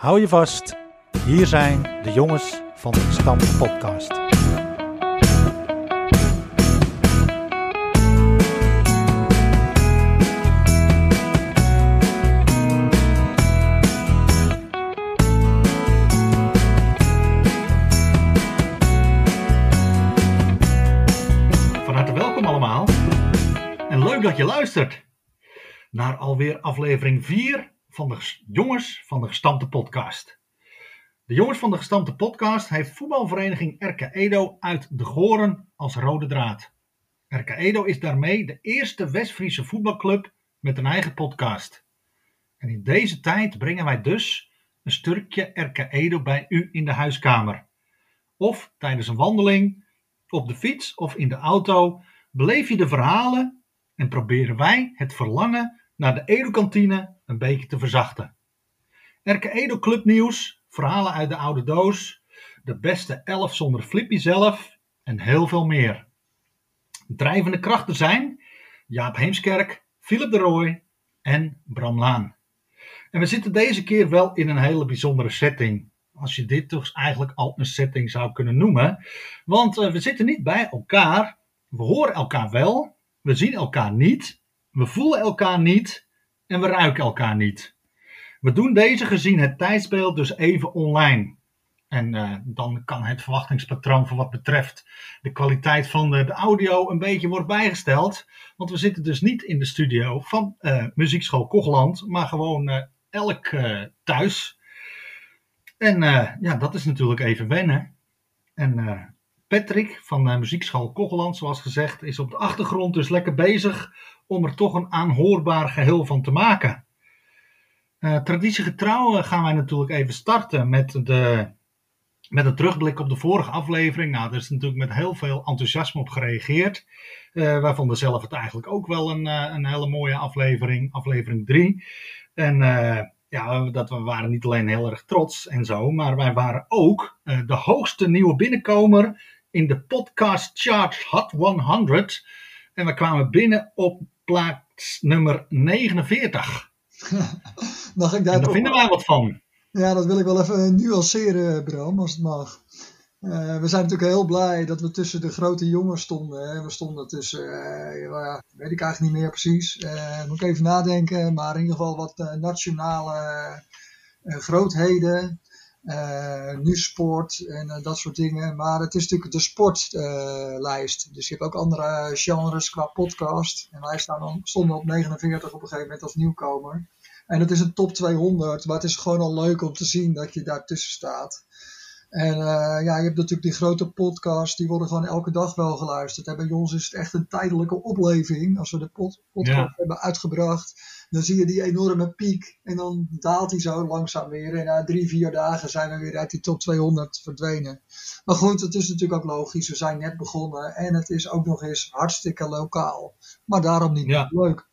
Hou je vast, hier zijn de jongens van de Gestampte Podcast. Van harte welkom allemaal en leuk dat je luistert naar alweer aflevering 4 van de Jongens van de Gestampte Podcast. De Jongens van de Gestampte Podcast heeft voetbalvereniging RK Edo uit De Goren als rode draad. RK Edo is daarmee de eerste West-Friese voetbalclub met een eigen podcast. En in deze tijd brengen wij dus een stukje RK Edo bij u in de huiskamer. Of tijdens een wandeling, op de fiets of in de auto beleef je de verhalen en proberen wij het verlangen naar de Edo-kantine een beetje te verzachten. RK Edo clubnieuws, verhalen uit de oude doos, de beste 11 zonder Flippy zelf en heel veel meer. Drijvende krachten zijn Jaap Heemskerk, Philip de Rooij en Bram Laan. En we zitten deze keer wel in een hele bijzondere setting. Als je dit dus eigenlijk al een setting zou kunnen noemen. Want we zitten niet bij elkaar. We horen elkaar wel. We zien elkaar niet. We voelen elkaar niet. En we ruiken elkaar niet. We doen deze gezien het tijdsbeeld dus even online. En dan kan het verwachtingspatroon voor wat betreft de kwaliteit van de audio een beetje worden bijgesteld. Want we zitten dus niet in de studio van Muziekschool Kogeland. Maar gewoon elk thuis. En dat is natuurlijk even wennen. En Patrick van Muziekschool Kogeland, zoals gezegd, is op de achtergrond dus lekker bezig om er toch een aanhoorbaar geheel van te maken. Traditiegetrouw gaan wij natuurlijk even starten met een terugblik op de vorige aflevering. Nou, daar is natuurlijk met heel veel enthousiasme op gereageerd. Wij vonden zelf het eigenlijk ook wel een hele mooie aflevering, aflevering 3. En we waren niet alleen heel erg trots en zo, maar wij waren ook de hoogste nieuwe binnenkomer in de podcast chart Hot 100. En we kwamen binnen op plaats nummer 49. Mag ik daar en daar toch... vinden wij wat van. Ja, dat wil ik wel even nuanceren, Bram, als het mag. We zijn natuurlijk heel blij dat we tussen de grote jongens stonden. We stonden tussen, weet ik eigenlijk niet meer precies. Moet ik even nadenken, maar in ieder geval wat nationale grootheden. Nu sport en dat soort dingen. Maar het is natuurlijk de sportlijst. Dus je hebt ook andere genres qua podcast. En wij stonden op 49 op een gegeven moment als nieuwkomer. En het is een top 200, maar het is gewoon al leuk om te zien dat je daartussen staat. En je hebt natuurlijk die grote podcasts, die worden gewoon elke dag wel geluisterd. En bij ons is het echt een tijdelijke opleving. Als we de podcast hebben uitgebracht, dan zie je die enorme piek. En dan daalt die zo langzaam weer. En na 3-4 dagen zijn we weer uit die top 200 verdwenen. Maar goed, het is natuurlijk ook logisch. We zijn net begonnen en het is ook nog eens hartstikke lokaal. Maar daarom niet leuk.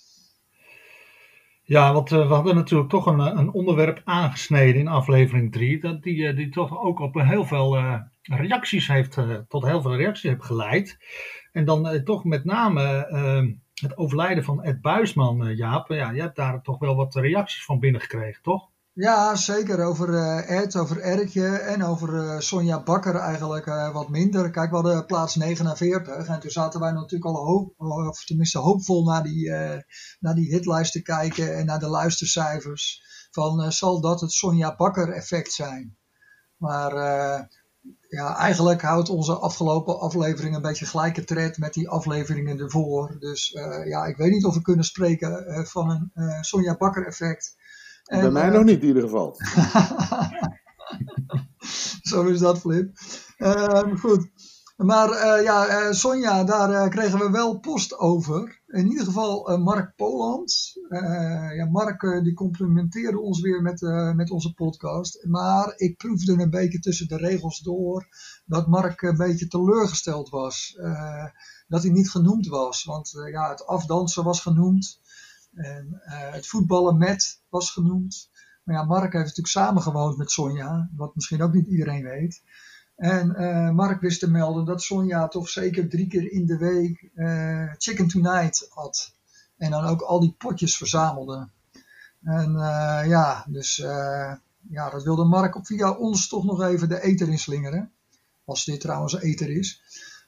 Ja, want we hadden natuurlijk toch een onderwerp aangesneden in aflevering 3. Die toch ook op heel veel reacties tot heel veel reacties heeft geleid. En dan toch met name het overlijden van Ed Buisman, Jaap. Ja, je hebt daar toch wel wat reacties van binnengekregen, toch? Ja, zeker. Over Ed, over Erkje en over Sonja Bakker eigenlijk wat minder. Kijk, we hadden plaats 49 en toen zaten wij natuurlijk al hoopvol naar die hitlijst te kijken en naar de luistercijfers. Van zal dat het Sonja Bakker effect zijn? Maar eigenlijk houdt onze afgelopen aflevering een beetje gelijke tred met die afleveringen ervoor. Dus ik weet niet of we kunnen spreken van een Sonja Bakker effect. Bij mij nog niet in ieder geval. Zo is dat, Flip. Goed. Maar Sonja, daar kregen we wel post over. In ieder geval Mark Poland. Mark die complimenteerde ons weer met onze podcast. Maar ik proefde een beetje tussen de regels door dat Mark een beetje teleurgesteld was. Dat hij niet genoemd was. Want het afdansen was genoemd. En het voetballen met was genoemd. Maar ja, Mark heeft natuurlijk samengewoond met Sonja. Wat misschien ook niet iedereen weet. En Mark wist te melden dat Sonja toch zeker 3 keer in de week Chicken Tonight had. En dan ook al die potjes verzamelde. En ja, dat wilde Mark via ons toch nog even de ether inslingeren. Als dit trouwens ether is.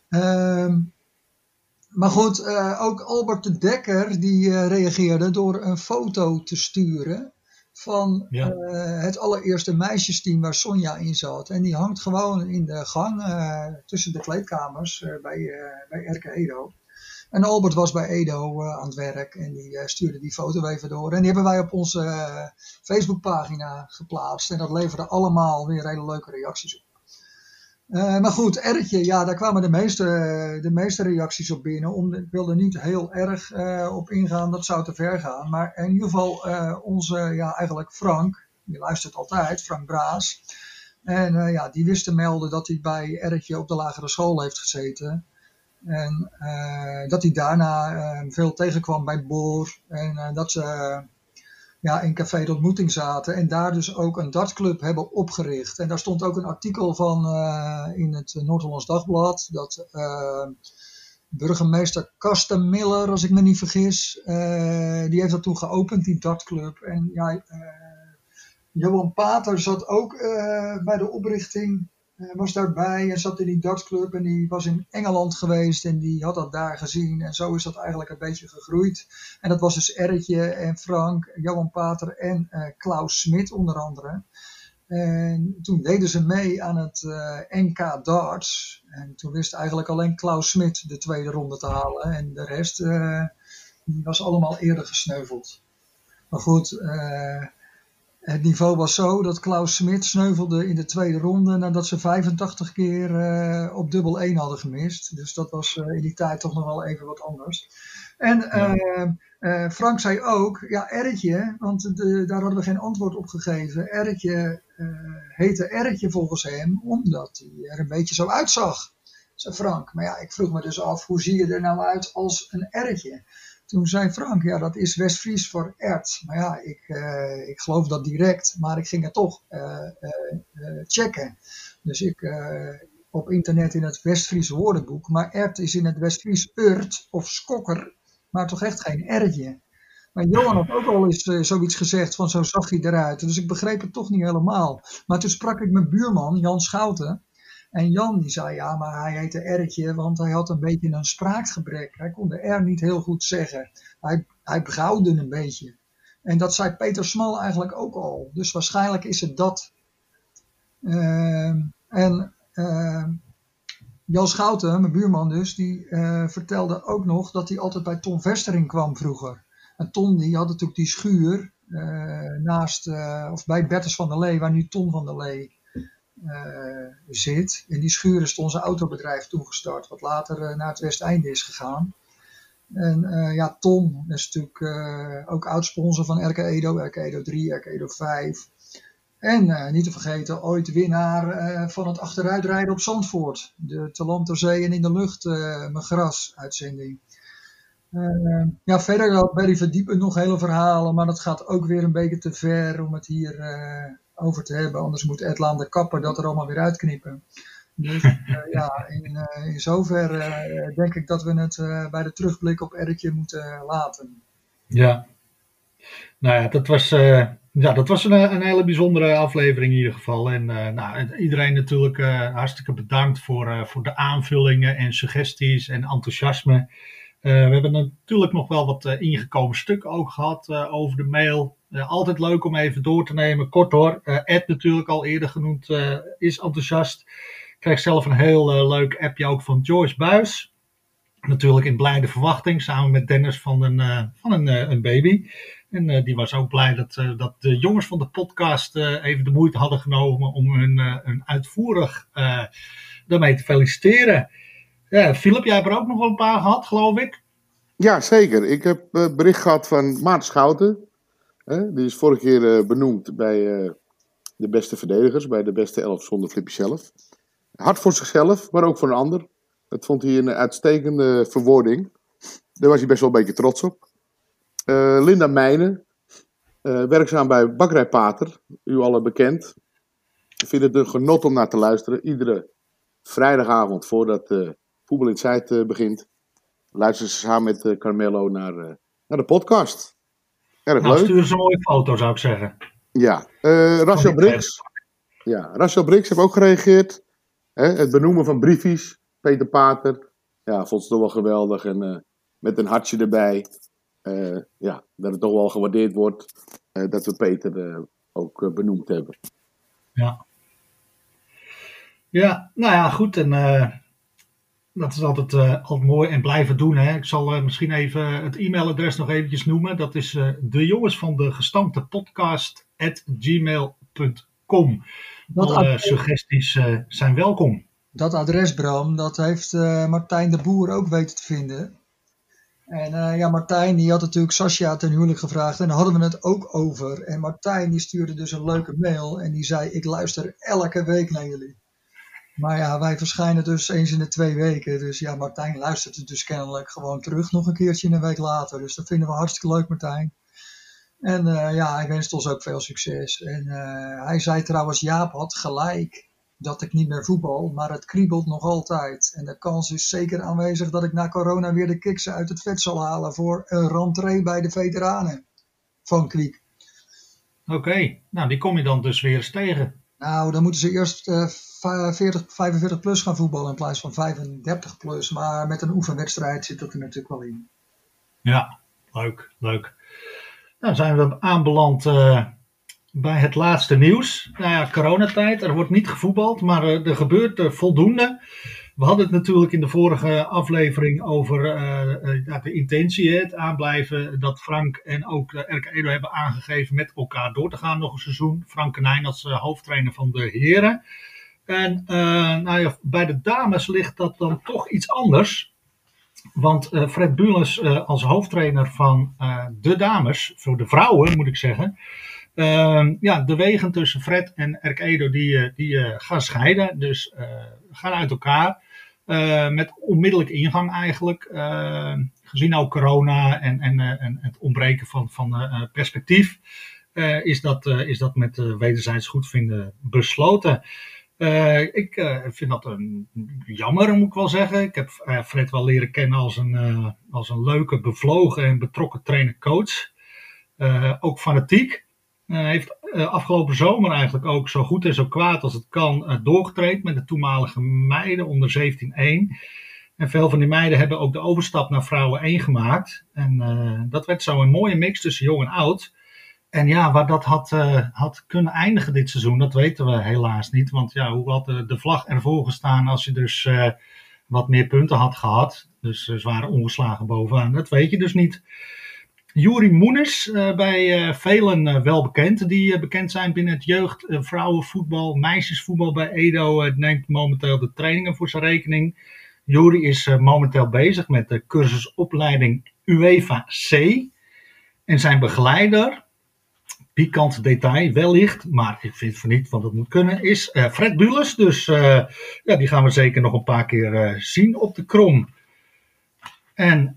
Maar goed, ook Albert de Dekker die reageerde door een foto te sturen van het allereerste meisjesteam waar Sonja in zat. En die hangt gewoon in de gang tussen de kleedkamers bij RK Edo. En Albert was bij Edo aan het werk en die stuurde die foto even door. En die hebben wij op onze Facebookpagina geplaatst. En dat leverde allemaal weer hele leuke reacties op. Maar goed, Ertje, ja, daar kwamen de meeste reacties op binnen. Ik wilde niet heel erg op ingaan, dat zou te ver gaan. Maar in ieder geval onze, eigenlijk Frank, die luistert altijd, Frank Braas. En die wist te melden dat hij bij Ertje op de lagere school heeft gezeten. En dat hij daarna veel tegenkwam bij Boor. En dat ze in Café de Ontmoeting zaten. En daar dus ook een dartclub hebben opgericht. En daar stond ook een artikel van in het Noord-Hollands Dagblad. Dat burgemeester Karsten Miller, als ik me niet vergis. Die heeft dat toen geopend, die dartclub. En Johan Pater zat ook bij de oprichting. Was daarbij en zat in die dartclub en die was in Engeland geweest en die had dat daar gezien en zo is dat eigenlijk een beetje gegroeid. En dat was dus Ertje en Frank, Johan Pater en Klaus Smit onder andere. En toen deden ze mee aan het NK darts en toen wist eigenlijk alleen Klaus Smit de tweede ronde te halen en de rest die was allemaal eerder gesneuveld. Maar goed, het niveau was zo dat Klaus Smit sneuvelde in de tweede ronde nadat ze 85 keer op dubbel 1 hadden gemist. Dus dat was in die tijd toch nog wel even wat anders. En Frank zei ook, Ertje, want daar hadden we geen antwoord op gegeven. Ertje heette Ertje volgens hem, omdat hij er een beetje zo uitzag, zei Frank. Maar ik vroeg me dus af, hoe zie je er nou uit als een Ertje? Toen zei Frank, dat is West-Fries voor ert. Maar ik geloof dat direct, maar ik ging het toch checken. Dus ik op internet in het West-Fries woordenboek, maar ert is in het West-Fries urt of skokker, maar toch echt geen ertje. Maar Johan had ook al eens zoiets gezegd van zo zag hij eruit. Dus ik begreep het toch niet helemaal. Maar toen sprak ik mijn buurman, Jan Schouten. En Jan die zei, maar hij heette Ertje, want hij had een beetje een spraakgebrek. Hij kon de R niet heel goed zeggen. Hij brouwde een beetje. En dat zei Peter Smal eigenlijk ook al. Dus waarschijnlijk is het dat. Jan Schouten, mijn buurman dus, die vertelde ook nog dat hij altijd bij Ton Vestering kwam vroeger. En Ton die had natuurlijk die schuur bij Bertus van der Lee, waar nu Ton van der Lee zit. In die schuur is onze autobedrijf toegestart, wat later naar het Westeinde is gegaan. En Tom is natuurlijk ook oud-sponsor van RK Edo 3, RK Edo 5. En niet te vergeten, ooit winnaar van het achteruitrijden op Zandvoort. De te land, ter zee en in de lucht mijn gras uitzending. Verder had Barry Verdiepen nog hele verhalen, maar dat gaat ook weer een beetje te ver om het hier over te hebben. Anders moet Edlaan de Kapper dat er allemaal weer uitknippen. Dus in zoverre denk ik dat we het bij de terugblik op Ertje moeten laten. Ja, nou ja, dat was een hele bijzondere aflevering in ieder geval. En iedereen natuurlijk hartstikke bedankt voor de aanvullingen en suggesties en enthousiasme. We hebben natuurlijk nog wel wat ingekomen stukken ook gehad over de mail. Altijd leuk om even door te nemen. Kort hoor, Ed natuurlijk al eerder genoemd is enthousiast. Ik kreeg zelf een heel leuk appje ook van Joyce Buis. Natuurlijk in blijde verwachting, samen met Dennis van een baby. En die was ook blij dat de jongens van de podcast even de moeite hadden genomen om hun uitvoerig daarmee te feliciteren. Ja, Philip, jij hebt er ook nog wel een paar gehad, geloof ik. Ja, zeker. Ik heb bericht gehad van Maarten Schouten. Die is vorige keer benoemd bij de beste verdedigers, bij de beste 11 zonder Flippy zelf. Hard voor zichzelf, maar ook voor een ander. Dat vond hij een uitstekende verwoording. Daar was hij best wel een beetje trots op. Linda Meijnen, werkzaam bij Bakkerij Pater, u allen bekend. Ik vind het een genot om naar te luisteren. Iedere vrijdagavond voordat Voetbal Inside begint, luisteren ze samen met Carmelo naar de podcast. Erg leuk. Stuur ze een mooie foto, zou ik zeggen. Ja, Rachel Briggs. Ja, Rachel Briggs heeft ook gereageerd. Het benoemen van briefies. Peter Pater. Ja, vond ze toch wel geweldig. En met een hartje erbij. Dat het toch wel gewaardeerd wordt. Dat we Peter ook benoemd hebben. Ja. Ja, nou ja, goed. En dat is altijd mooi en blijven doen. Hè. Ik zal misschien even het e-mailadres nog eventjes noemen. Dat is de jongens van de gestampte podcast @gmail.com. Alle suggesties zijn welkom. Dat adres, Bram, dat heeft Martijn de Boer ook weten te vinden. En Martijn die had natuurlijk Sascha ten huwelijk gevraagd en daar hadden we het ook over. En Martijn die stuurde dus een leuke mail en die zei: ik luister elke week naar jullie. Maar ja, wij verschijnen dus eens in de 2 weken. Dus ja, Martijn luistert het dus kennelijk gewoon terug nog een keertje een week later. Dus dat vinden we hartstikke leuk, Martijn. En hij wenst ons ook veel succes. En hij zei trouwens, Jaap had gelijk dat ik niet meer voetbal, maar het kriebelt nog altijd. En de kans is zeker aanwezig dat ik na corona weer de kiksen uit het vet zal halen voor een rentree bij de veteranen van Kwiek. Oké, nou die kom je dan dus weer eens tegen. Nou, dan moeten ze eerst 45 plus gaan voetballen in plaats van 35 plus. Maar met een oefenwedstrijd zit dat er natuurlijk wel in. Ja, leuk. Nou zijn we aanbeland bij het laatste nieuws. Nou ja, coronatijd. Er wordt niet gevoetbald, maar er gebeurt voldoende. We hadden het natuurlijk in de vorige aflevering over de intentie, het aanblijven dat Frank en ook RK Edo hebben aangegeven met elkaar door te gaan nog een seizoen. Frank Konijn als hoofdtrainer van de heren. En bij de dames ligt dat dan toch iets anders. Want Fred Bulens als hoofdtrainer van de dames, voor de vrouwen moet ik zeggen. De wegen tussen Fred en RK Edo die gaan scheiden. Dus gaan uit elkaar. Met onmiddellijke ingang eigenlijk. Gezien ook corona en het ontbreken van perspectief. Is dat met wederzijds goedvinden besloten. Ik vind dat jammer, moet ik wel zeggen. Ik heb Fred wel leren kennen als een leuke, bevlogen en betrokken trainer-coach. Ook fanatiek. Heeft afgelopen zomer eigenlijk ook zo goed en zo kwaad als het kan doorgetraind met de toenmalige meiden onder 17-1. En veel van die meiden hebben ook de overstap naar vrouwen 1 gemaakt. En dat werd zo een mooie mix tussen jong en oud. En ja, waar dat had kunnen eindigen dit seizoen, dat weten we helaas niet. Want ja, hoe had de vlag ervoor gestaan als je dus wat meer punten had gehad. Dus ze waren ongeslagen bovenaan. Dat weet je dus niet. Juri Moenis, bij velen wel bekend. Die bekend zijn binnen het jeugd, vrouwenvoetbal, meisjesvoetbal bij Edo. Neemt momenteel de trainingen voor zijn rekening. Juri is momenteel bezig met de cursusopleiding UEFA C. En zijn begeleider, pikant detail wellicht, maar ik vind het voor niet, want het moet kunnen, is Fred Bulens. Dus die gaan we zeker nog een paar keer zien op de krom. En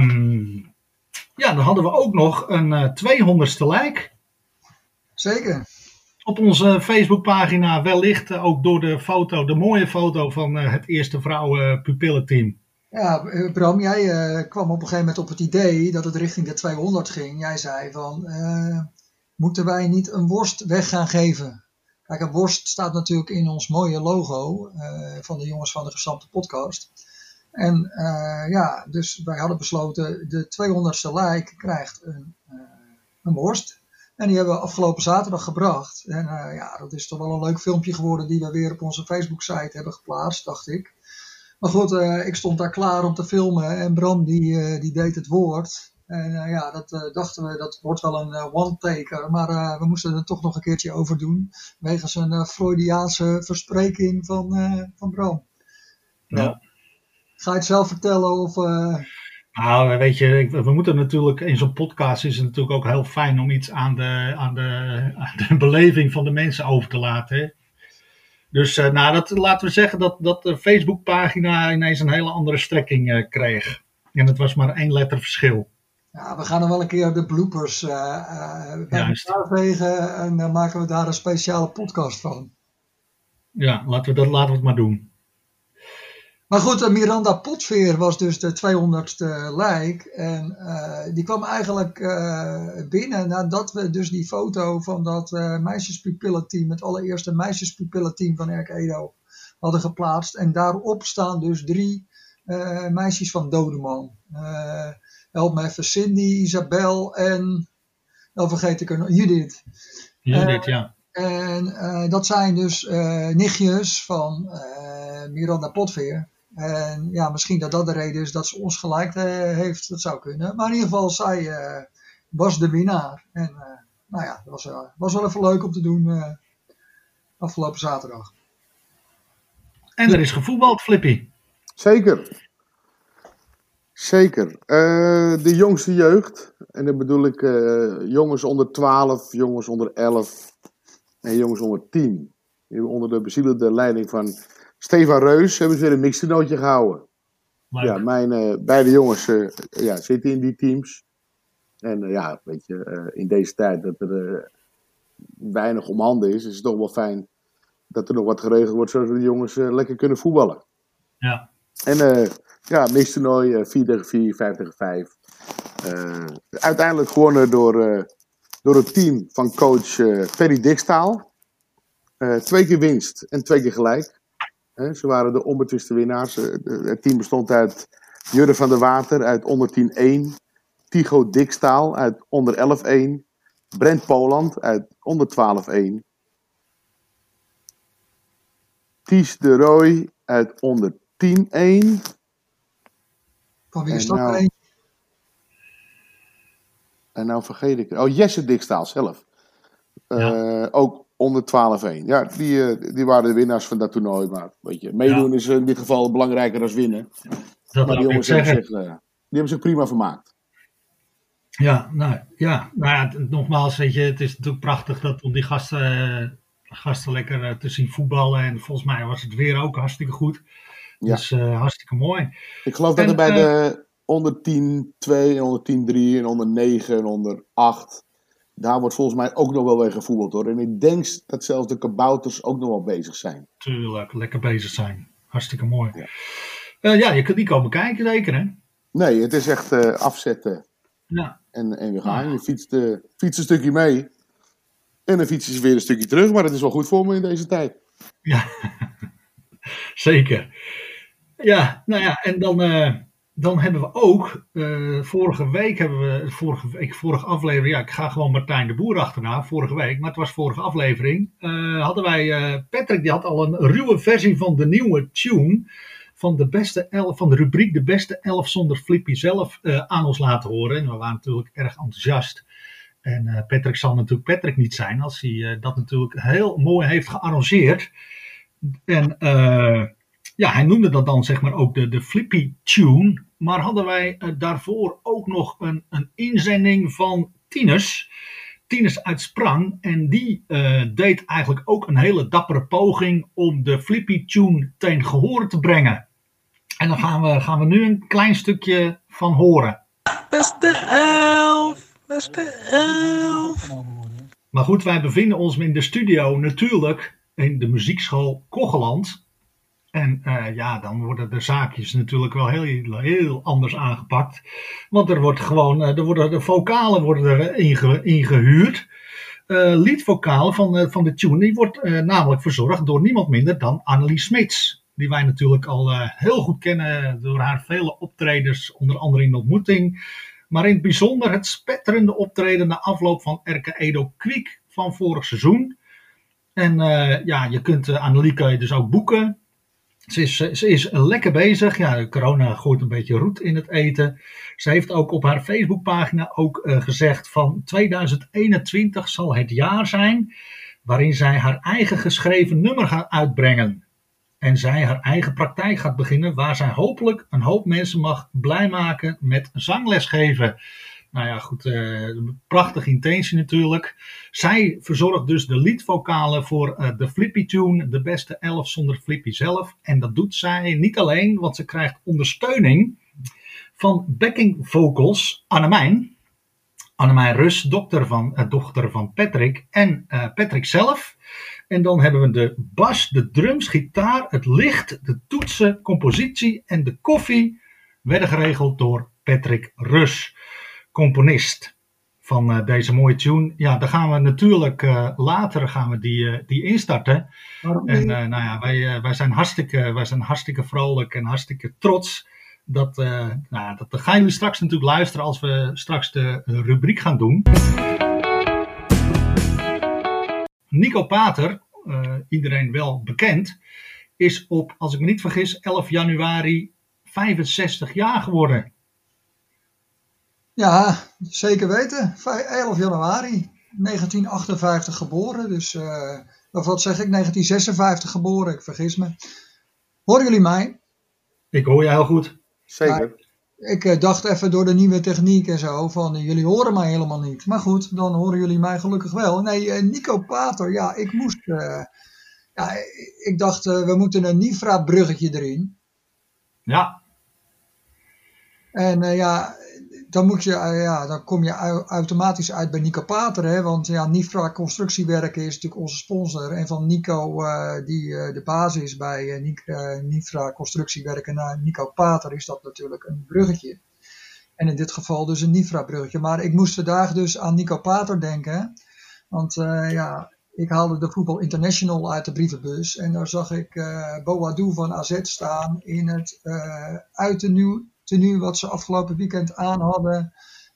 dan hadden we ook nog een 200ste like. Zeker. Op onze Facebookpagina wellicht ook door de mooie foto van het eerste vrouwen-pupillenteam. Ja, Bram, jij kwam op een gegeven moment op het idee dat het richting de 200 ging. Jij zei van, moeten wij niet een worst weg gaan geven? Kijk, een worst staat natuurlijk in ons mooie logo van de jongens van de gestampte podcast. En dus wij hadden besloten, de 200ste like krijgt een worst. En die hebben we afgelopen zaterdag gebracht. En dat is toch wel een leuk filmpje geworden die we weer op onze Facebook site hebben geplaatst, dacht ik. Maar goed, ik stond daar klaar om te filmen en Bram die deed het woord. En dat dachten we, dat wordt wel een one-taker. Maar we moesten er toch nog een keertje over doen. Wegens een Freudiaanse verspreking van Bram. Ja. Ga je het zelf vertellen of... Nou, weet je, we moeten natuurlijk, in zo'n podcast is het natuurlijk ook heel fijn om iets aan de beleving van de mensen over te laten. Hè? Dus laten we zeggen dat de Facebookpagina ineens een hele andere strekking kreeg. En het was maar 1 letter verschil. Ja, we gaan er wel een keer de bloopers bij elkaar vegen en dan maken we daar een speciale podcast van. Ja, laten we het maar doen. Maar goed, Miranda Potveer was dus de 200ste lijk. En die kwam eigenlijk binnen nadat we dus die foto van dat meisjespupillenteam, het allereerste meisjespupillenteam van RK Edo, hadden geplaatst. En daarop staan dus 3 meisjes van Dodeman. Help me even, Cindy, Isabel en, dan vergeet ik er nog, Judith. Judith, ja. En dat zijn dus nichtjes van Miranda Potveer. En ja, misschien dat de reden is dat ze ons gelijk heeft. Dat zou kunnen. Maar in ieder geval, zij was de winnaar. En nou ja, dat was wel even leuk om te doen afgelopen zaterdag. En er is gevoetbald, Flippy. Zeker. Zeker. De jongste jeugd. En dan bedoel ik jongens onder 12, jongens onder 11 en jongens onder 10. Onder de bezielende leiding van Stefan Reus hebben ze weer een mixtoernootje gehouden. Leuk. Ja, mijn beide jongens zitten in die teams. En ja, weet je, in deze tijd dat er weinig om handen is het toch wel fijn dat er nog wat geregeld wordt, zodat de jongens lekker kunnen voetballen. Ja. En ja, mixtoernooi 4 tegen 4, 5 tegen 5. Uiteindelijk gewonnen door het team van coach Perry Dikstaal. 2 keer winst en 2 keer gelijk. Ze waren de onbetwiste winnaars. Het team bestond uit Jurre van der Water uit onder 10-1. Tycho Dikstaal uit onder 11-1. Brent Poland uit onder 12-1. Ties de Rooij uit onder 10-1. Van wie is dat er een? En nou vergeet ik. Oh, Jesse Dikstaal zelf. Ook onder 12-1. Ja, die waren de winnaars van dat toernooi. Maar weet je, meedoen is in dit geval belangrijker dan winnen. Dat maar die jongens hebben zich prima vermaakt. Ja, nou ja, nogmaals, weet je, het is natuurlijk prachtig dat om die gasten lekker te zien voetballen. En volgens mij was het weer ook hartstikke goed. Ja. Dus hartstikke mooi. Ik geloof dat er bij de onder 10-2 en onder 10-3 en onder 9 en onder 8... Daar wordt volgens mij ook nog wel weer gevoetbald hoor. En ik denk dat zelfs de kabouters ook nog wel bezig zijn. Tuurlijk, lekker bezig zijn. Hartstikke mooi. Ja, je kunt niet komen kijken zeker hè? Nee, het is echt afzetten. Ja. En we gaan. Ja. Je fietst een stukje mee. En dan fiets je weer een stukje terug. Maar dat is wel goed voor me in deze tijd. Ja, zeker. Ja, nou ja, en dan hebben we ook, vorige aflevering, ja, ik ga gewoon Martijn de Boer achterna, vorige week, maar het was vorige aflevering, hadden wij, Patrick die had al een ruwe versie van de nieuwe tune van de rubriek De Beste 11 zonder Flippy zelf aan ons laten horen. En we waren natuurlijk erg enthousiast. En Patrick zal natuurlijk Patrick niet zijn als hij dat natuurlijk heel mooi heeft gearrangeerd. En ja, hij noemde dat dan zeg maar ook de Flippy tune. Maar hadden wij daarvoor ook nog een inzending van Tinus uit Sprang. En die deed eigenlijk ook een hele dappere poging om de Flippy tune ten gehore te brengen. En dan gaan we nu een klein stukje van horen. Beste 11, beste 11. Maar goed, wij bevinden ons in de studio natuurlijk in de muziekschool Kogeland. En ja, dan worden de zaakjes natuurlijk wel heel anders aangepakt. Want er worden de vocalen worden ingehuurd. Liedvocalen van de tune, die wordt namelijk verzorgd door niemand minder dan Annelies Smits. Die wij natuurlijk al heel goed kennen door haar vele optredens, onder andere in de ontmoeting. Maar in het bijzonder het spetterende optreden na afloop van RK Edo Kwiek van vorig seizoen. En ja, je kunt Annelieke dus ook boeken. Ze is lekker bezig. Ja, corona gooit een beetje roet in het eten. Ze heeft ook op haar Facebookpagina ook gezegd van 2021 zal het jaar zijn waarin zij haar eigen geschreven nummer gaat uitbrengen. En zij haar eigen praktijk gaat beginnen waar zij hopelijk een hoop mensen mag blij maken met zangles geven. Nou ja, goed, prachtige intentie natuurlijk. Zij verzorgt dus de liedvocalen voor de Flippy tune, de beste 11 zonder Flippy zelf. En dat doet zij niet alleen, want ze krijgt ondersteuning van backing vocals Annemijn Rus, dochter van Patrick en Patrick zelf. En dan hebben we de bas, de drums, gitaar, het licht, de toetsen, compositie en de koffie werden geregeld door Patrick Rus, componist van deze mooie tune. Ja, daar gaan we natuurlijk later die instarten. En nou ja, wij zijn hartstikke vrolijk en hartstikke trots. Dat gaan jullie straks natuurlijk luisteren als we straks de rubriek gaan doen. Nico Pater, iedereen wel bekend, is op, als ik me niet vergis, 11 januari 65 jaar geworden. Ja, zeker weten. 11 januari 1958 geboren. Dus, of wat zeg ik, 1956 geboren. Ik vergis me. Horen jullie mij? Ik hoor je heel goed. Zeker. Ik dacht even door de nieuwe techniek en zo van jullie horen mij helemaal niet. Maar goed, dan horen jullie mij gelukkig wel. Nee, Nico Pater, ja, ik dacht we moeten een Nifra-bruggetje erin. Ja. En dan kom je automatisch uit bij Nico Pater, hè? Want ja, Nifra Constructiewerken is natuurlijk onze sponsor. En van Nico, die de basis is bij Nifra Constructiewerken naar Nico Pater, is dat natuurlijk een bruggetje. En in dit geval dus een Nifra bruggetje. Maar ik moest vandaag dus aan Nico Pater denken. Want ik haalde de Voetbal International uit de brievenbus. En daar zag ik Boadou van AZ staan in het tenue wat ze afgelopen weekend aan hadden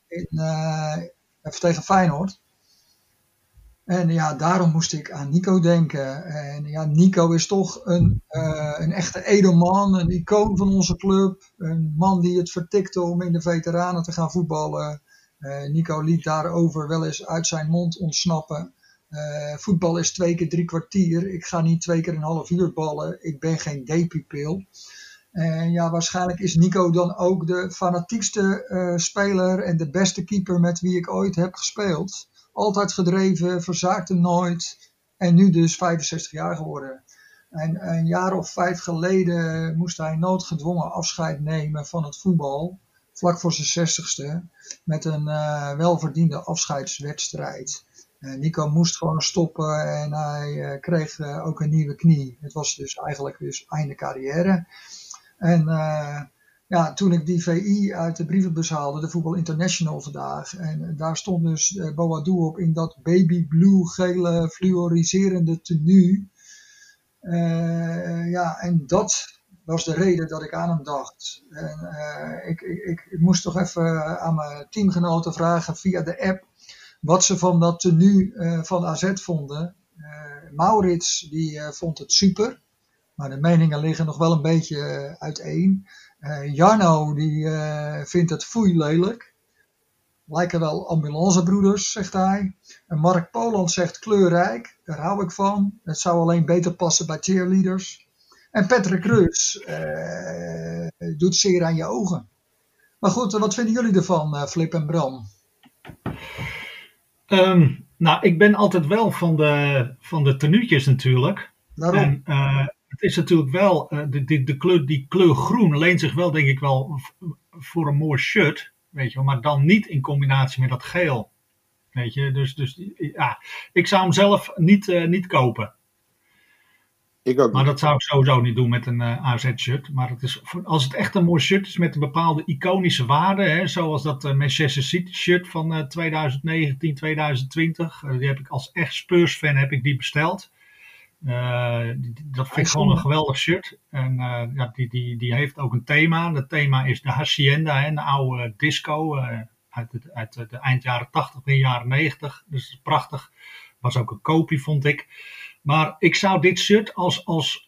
tegen Feyenoord. En ja, daarom moest ik aan Nico denken. En ja, Nico is toch een echte edelman, een icoon van onze club. Een man die het vertikte om in de veteranen te gaan voetballen. Nico liet daarover wel eens uit zijn mond ontsnappen. Voetbal is 2 keer 3 kwartier. Ik ga niet 2 keer een half uur ballen. Ik ben geen D-pupil. En ja, waarschijnlijk is Nico dan ook de fanatiekste speler en de beste keeper met wie ik ooit heb gespeeld. Altijd gedreven, verzaakte nooit en nu dus 65 jaar geworden. En een jaar of 5 geleden moest hij noodgedwongen afscheid nemen van het voetbal, vlak voor zijn 60ste, met een welverdiende afscheidswedstrijd. Nico moest gewoon stoppen en hij kreeg ook een nieuwe knie. Het was dus eigenlijk einde carrière. En toen ik die VI uit de brievenbus haalde, de Voetbal International vandaag, en daar stond dus Boadou op in dat baby blue gele fluoriserende tenue. En dat was de reden dat ik aan hem dacht. En ik moest toch even aan mijn teamgenoten vragen via de app wat ze van dat tenue van AZ vonden. Maurits die vond het super. Maar de meningen liggen nog wel een beetje uiteen. Jarno die vindt het foei lelijk. Lijken wel ambulancebroeders, zegt hij. En Mark Poland zegt kleurrijk. Daar hou ik van. Het zou alleen beter passen bij cheerleaders. En Patrick Rus doet zeer aan je ogen. Maar goed, wat vinden jullie ervan, Flip en Bram? Ik ben altijd wel van de tenuutjes natuurlijk. Daarom. En, het is natuurlijk wel, die kleur groen leent zich wel denk ik wel voor een mooi shirt, weet je wel, maar dan niet in combinatie met dat geel, weet je, dus ja, ik zou hem zelf niet kopen. Ik ook niet. Maar dat zou ik sowieso niet doen met een AZ-shirt, maar als het echt een mooi shirt is met een bepaalde iconische waarde, hè, zoals dat Manchester City-shirt van 2019, 2020, die heb ik als echt Spurs-fan heb ik die besteld. Dat vind ik gewoon een geweldig shirt. En die heeft ook een thema. Het thema is de Hacienda, een oude disco uit de eind jaren 80, begin jaren 90. Dus dat is prachtig. Was ook een kopie, vond ik. Maar ik zou dit shirt als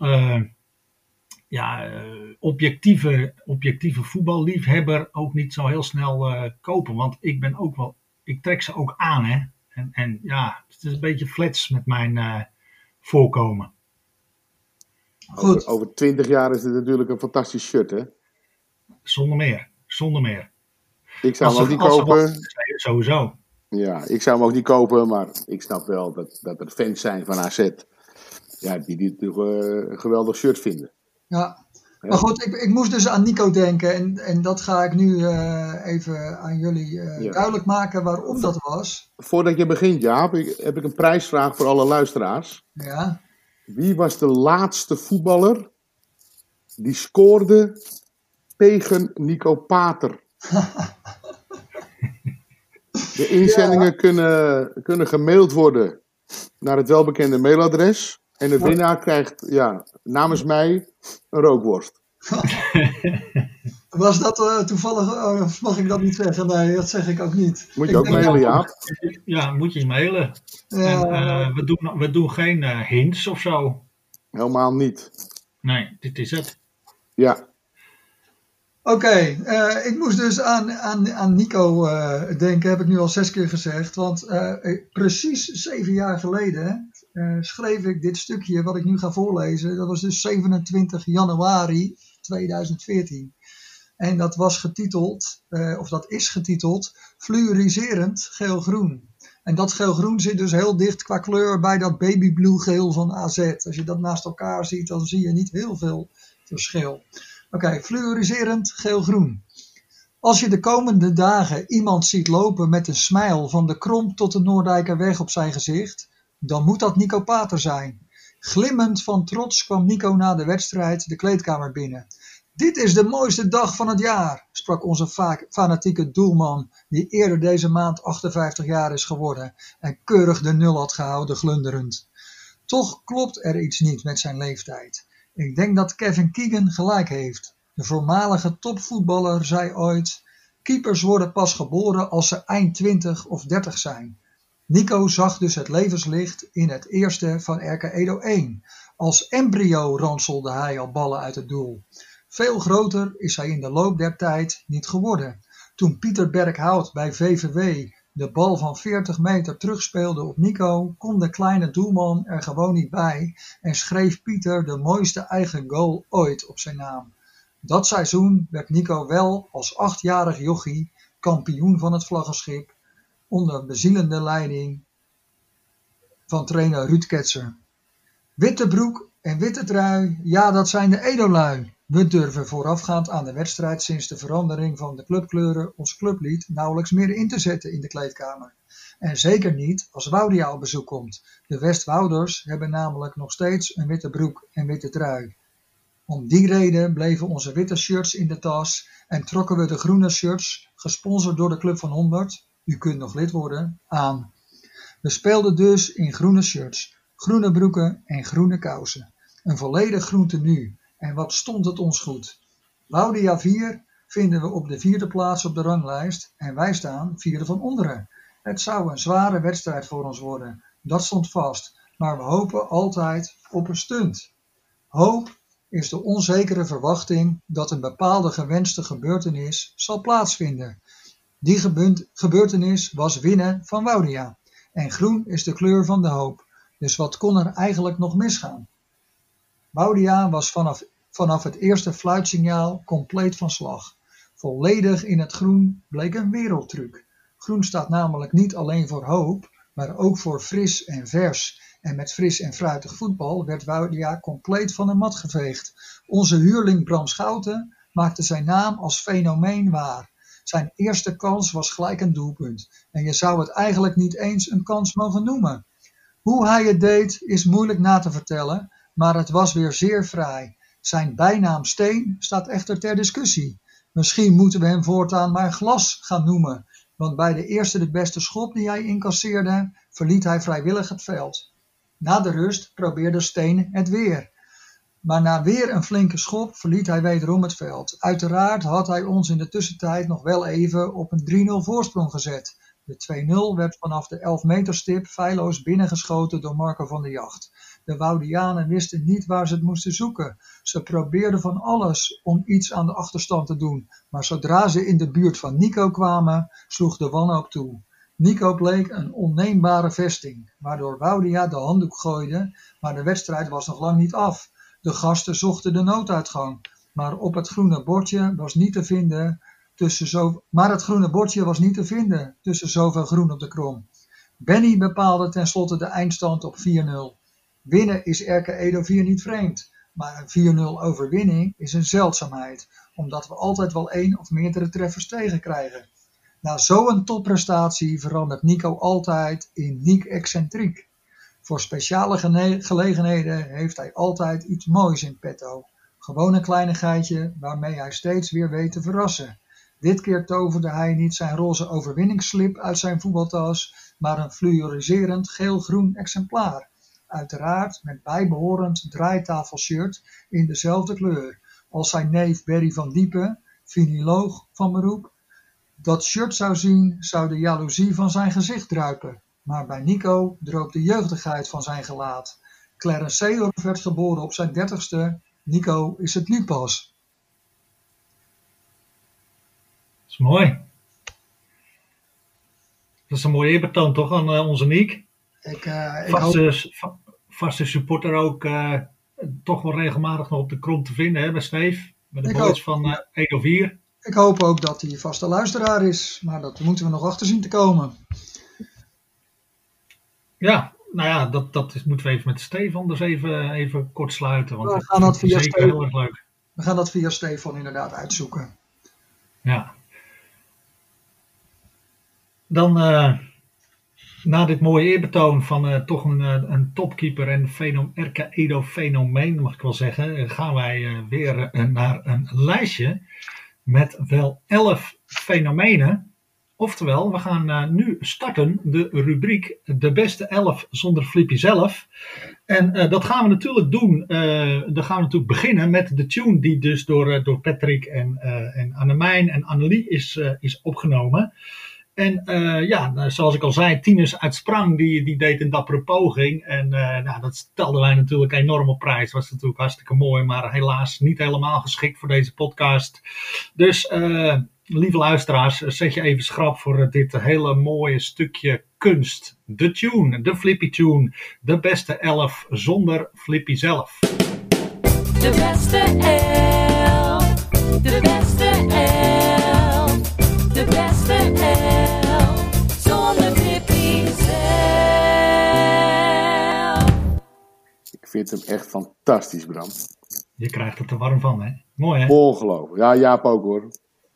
objectieve voetballiefhebber ook niet zo heel snel kopen. Want ik trek ze ook aan. Hè? En ja, het is een beetje flats met mijn voorkomen. Goed. Over 20 jaar is het natuurlijk een fantastisch shirt, hè? Zonder meer. Ik zou hem ook niet kopen. Sowieso. Ja, ik zou hem ook niet kopen, maar ik snap wel dat er fans zijn van AZ. Ja, die een geweldig shirt vinden. Ja. Maar goed, ik moest dus aan Nico denken en dat ga ik nu even aan jullie duidelijk maken waarom dat was. Voordat je begint, Jaap, heb ik een prijsvraag voor alle luisteraars. Ja. Wie was de laatste voetballer die scoorde tegen Nico Pater? De inzendingen kunnen gemaild worden naar het welbekende mailadres. En de winnaar krijgt namens mij een rookworst. Was dat toevallig, of mag ik dat niet zeggen? Nee, dat zeg ik ook niet. Moet je ook mailen, Jaap? Ja, moet je mailen. Ja. En we doen geen hints of zo. Helemaal niet. Nee, dit is het. Ja. Oké, ik moest dus aan Nico denken, heb ik nu al 6 keer gezegd. Want precies 7 jaar geleden schreef ik dit stukje wat ik nu ga voorlezen. Dat was dus 27 januari 2014. En dat was getiteld, dat is getiteld, Fluoriserend geel-groen. En dat geel-groen zit dus heel dicht qua kleur bij dat babyblue-geel van AZ. Als je dat naast elkaar ziet, dan zie je niet heel veel verschil. Oké, fluoriserend geel-groen. Als je de komende dagen iemand ziet lopen met een smile van de Krom tot de Noordijkerweg op zijn gezicht, dan moet dat Nico Pater zijn. Glimmend van trots kwam Nico na de wedstrijd de kleedkamer binnen. Dit is de mooiste dag van het jaar, sprak onze fanatieke doelman, die eerder deze maand 58 jaar is geworden en keurig de 0 had gehouden glunderend. Toch klopt er iets niet met zijn leeftijd. Ik denk dat Kevin Keegan gelijk heeft. De voormalige topvoetballer zei ooit, keepers worden pas geboren als ze eind 20 of 30 zijn. Nico zag dus het levenslicht in het eerste van RK Edo 1. Als embryo ranselde hij al ballen uit het doel. Veel groter is hij in de loop der tijd niet geworden. Toen Pieter Berghout bij VVW de bal van 40 meter terugspeelde op Nico, kon de kleine doelman er gewoon niet bij en schreef Pieter de mooiste eigen goal ooit op zijn naam. Dat seizoen werd Nico wel als 8-jarig jochie kampioen van het vlaggenschip onder bezielende leiding van trainer Ruud Ketser. Witte broek en witte trui, ja, dat zijn de Edo-lui. We durven voorafgaand aan de wedstrijd sinds de verandering van de clubkleuren ons clublied nauwelijks meer in te zetten in de kleedkamer. En zeker niet als Woudia op bezoek komt. De Westwouders hebben namelijk nog steeds een witte broek en witte trui. Om die reden bleven onze witte shirts in de tas en trokken we de groene shirts, gesponsord door de Club van 100, u kunt nog lid worden, aan. We speelden dus in groene shirts, groene broeken en groene kousen. Een volledig groen tenue. En wat stond het ons goed. Woudia 4 vinden we op de 4e plaats op de ranglijst en wij staan 4e van onderen. Het zou een zware wedstrijd voor ons worden, dat stond vast, maar we hopen altijd op een stunt. Hoop is de onzekere verwachting dat een bepaalde gewenste gebeurtenis zal plaatsvinden. Die gebeurtenis was winnen van Woudia. En groen is de kleur van de hoop. Dus wat kon er eigenlijk nog misgaan? Woudia was vanaf het eerste fluitsignaal compleet van slag. Volledig in het groen bleek een wereldtruc. Groen staat namelijk niet alleen voor hoop, maar ook voor fris en vers. En met fris en fruitig voetbal werd Woudia compleet van de mat geveegd. Onze huurling Bram Schouten maakte zijn naam als fenomeen waar. Zijn eerste kans was gelijk een doelpunt. En je zou het eigenlijk niet eens een kans mogen noemen. Hoe hij het deed is moeilijk na te vertellen, maar het was weer zeer fraai. Zijn bijnaam Steen staat echter ter discussie. Misschien moeten we hem voortaan maar Glas gaan noemen, want bij de eerste de beste schop die hij incasseerde, verliet hij vrijwillig het veld. Na de rust probeerde Steen het weer. Maar na weer een flinke schop verliet hij wederom het veld. Uiteraard had hij ons in de tussentijd nog wel even op een 3-0 voorsprong gezet. De 2-0 werd vanaf de 11 meter stip feilloos binnengeschoten door Marco van der Jacht. De Woudianen wisten niet waar ze het moesten zoeken. Ze probeerden van alles om iets aan de achterstand te doen. Maar zodra ze in de buurt van Nico kwamen, sloeg de wanhoop toe. Nico bleek een onneembare vesting, waardoor Woudia de handdoek gooide, maar de wedstrijd was nog lang niet af. De gasten zochten de nooduitgang, maar het groene bordje was niet te vinden tussen zoveel groen op de Krom. Benny bepaalde tenslotte de eindstand op 4-0. Winnen is RK Edo 4 niet vreemd. Maar een 4-0 overwinning is een zeldzaamheid, omdat we altijd wel 1 of meerdere treffers tegenkrijgen. Na zo'n topprestatie verandert Nico altijd in Niek excentriek. Voor speciale gelegenheden heeft hij altijd iets moois in petto. Gewoon een kleinigheidje waarmee hij steeds weer weet te verrassen. Dit keer toverde hij niet zijn roze overwinningsslip uit zijn voetbaltas, maar een fluoriserend geel-groen exemplaar. Uiteraard met bijbehorend draaitafelshirt in dezelfde kleur als zijn neef Berry van Diepen, finoloog van beroep. Dat shirt zou zien, zou de jaloezie van zijn gezicht druipen. Maar bij Nico droop de jeugdigheid van zijn gelaat. Clarence Seedorf werd geboren op zijn 30ste. Nico is het nu pas. Dat is mooi. Dat is een mooie eerbetoon toch aan onze Niek. Vaste supporter ook toch wel regelmatig nog op de kront te vinden hè, bij Steve. Bij de boys van Edo 4. Ik hoop ook dat hij vaste luisteraar is. Maar dat moeten we nog achter zien te komen. Ja, nou ja, dat moeten we even met Stefan dus even kort sluiten. Want we gaan dat via zeker heel erg leuk. We gaan dat via Stefan inderdaad uitzoeken. Ja. Dan na dit mooie eerbetoon van toch een topkeeper en RK Edo fenomeen, mag ik wel zeggen, gaan wij weer naar een lijstje met wel 11 fenomenen. Oftewel, we gaan nu starten de rubriek De Beste 11 zonder Flippy zelf. En dat gaan we natuurlijk doen. Dan gaan we natuurlijk beginnen met de tune die dus door Patrick en Annemijn en Annelie is opgenomen. En zoals ik al zei, Tinus uit Sprang, die deed een dappere poging. En dat stelden wij natuurlijk enorm op prijs. Was natuurlijk hartstikke mooi, maar helaas niet helemaal geschikt voor deze podcast. Dus lieve luisteraars, zet je even schrap voor dit hele mooie stukje kunst. De tune, de Flippy tune. De beste 11 zonder Flippy zelf. De beste 11. De beste 11. De beste 11 zonder Flippy zelf. Ik vind hem echt fantastisch, Bram. Je krijgt het er warm van, hè? Mooi, hè? Ongelooflijk. Ja, Jaap ook, hoor.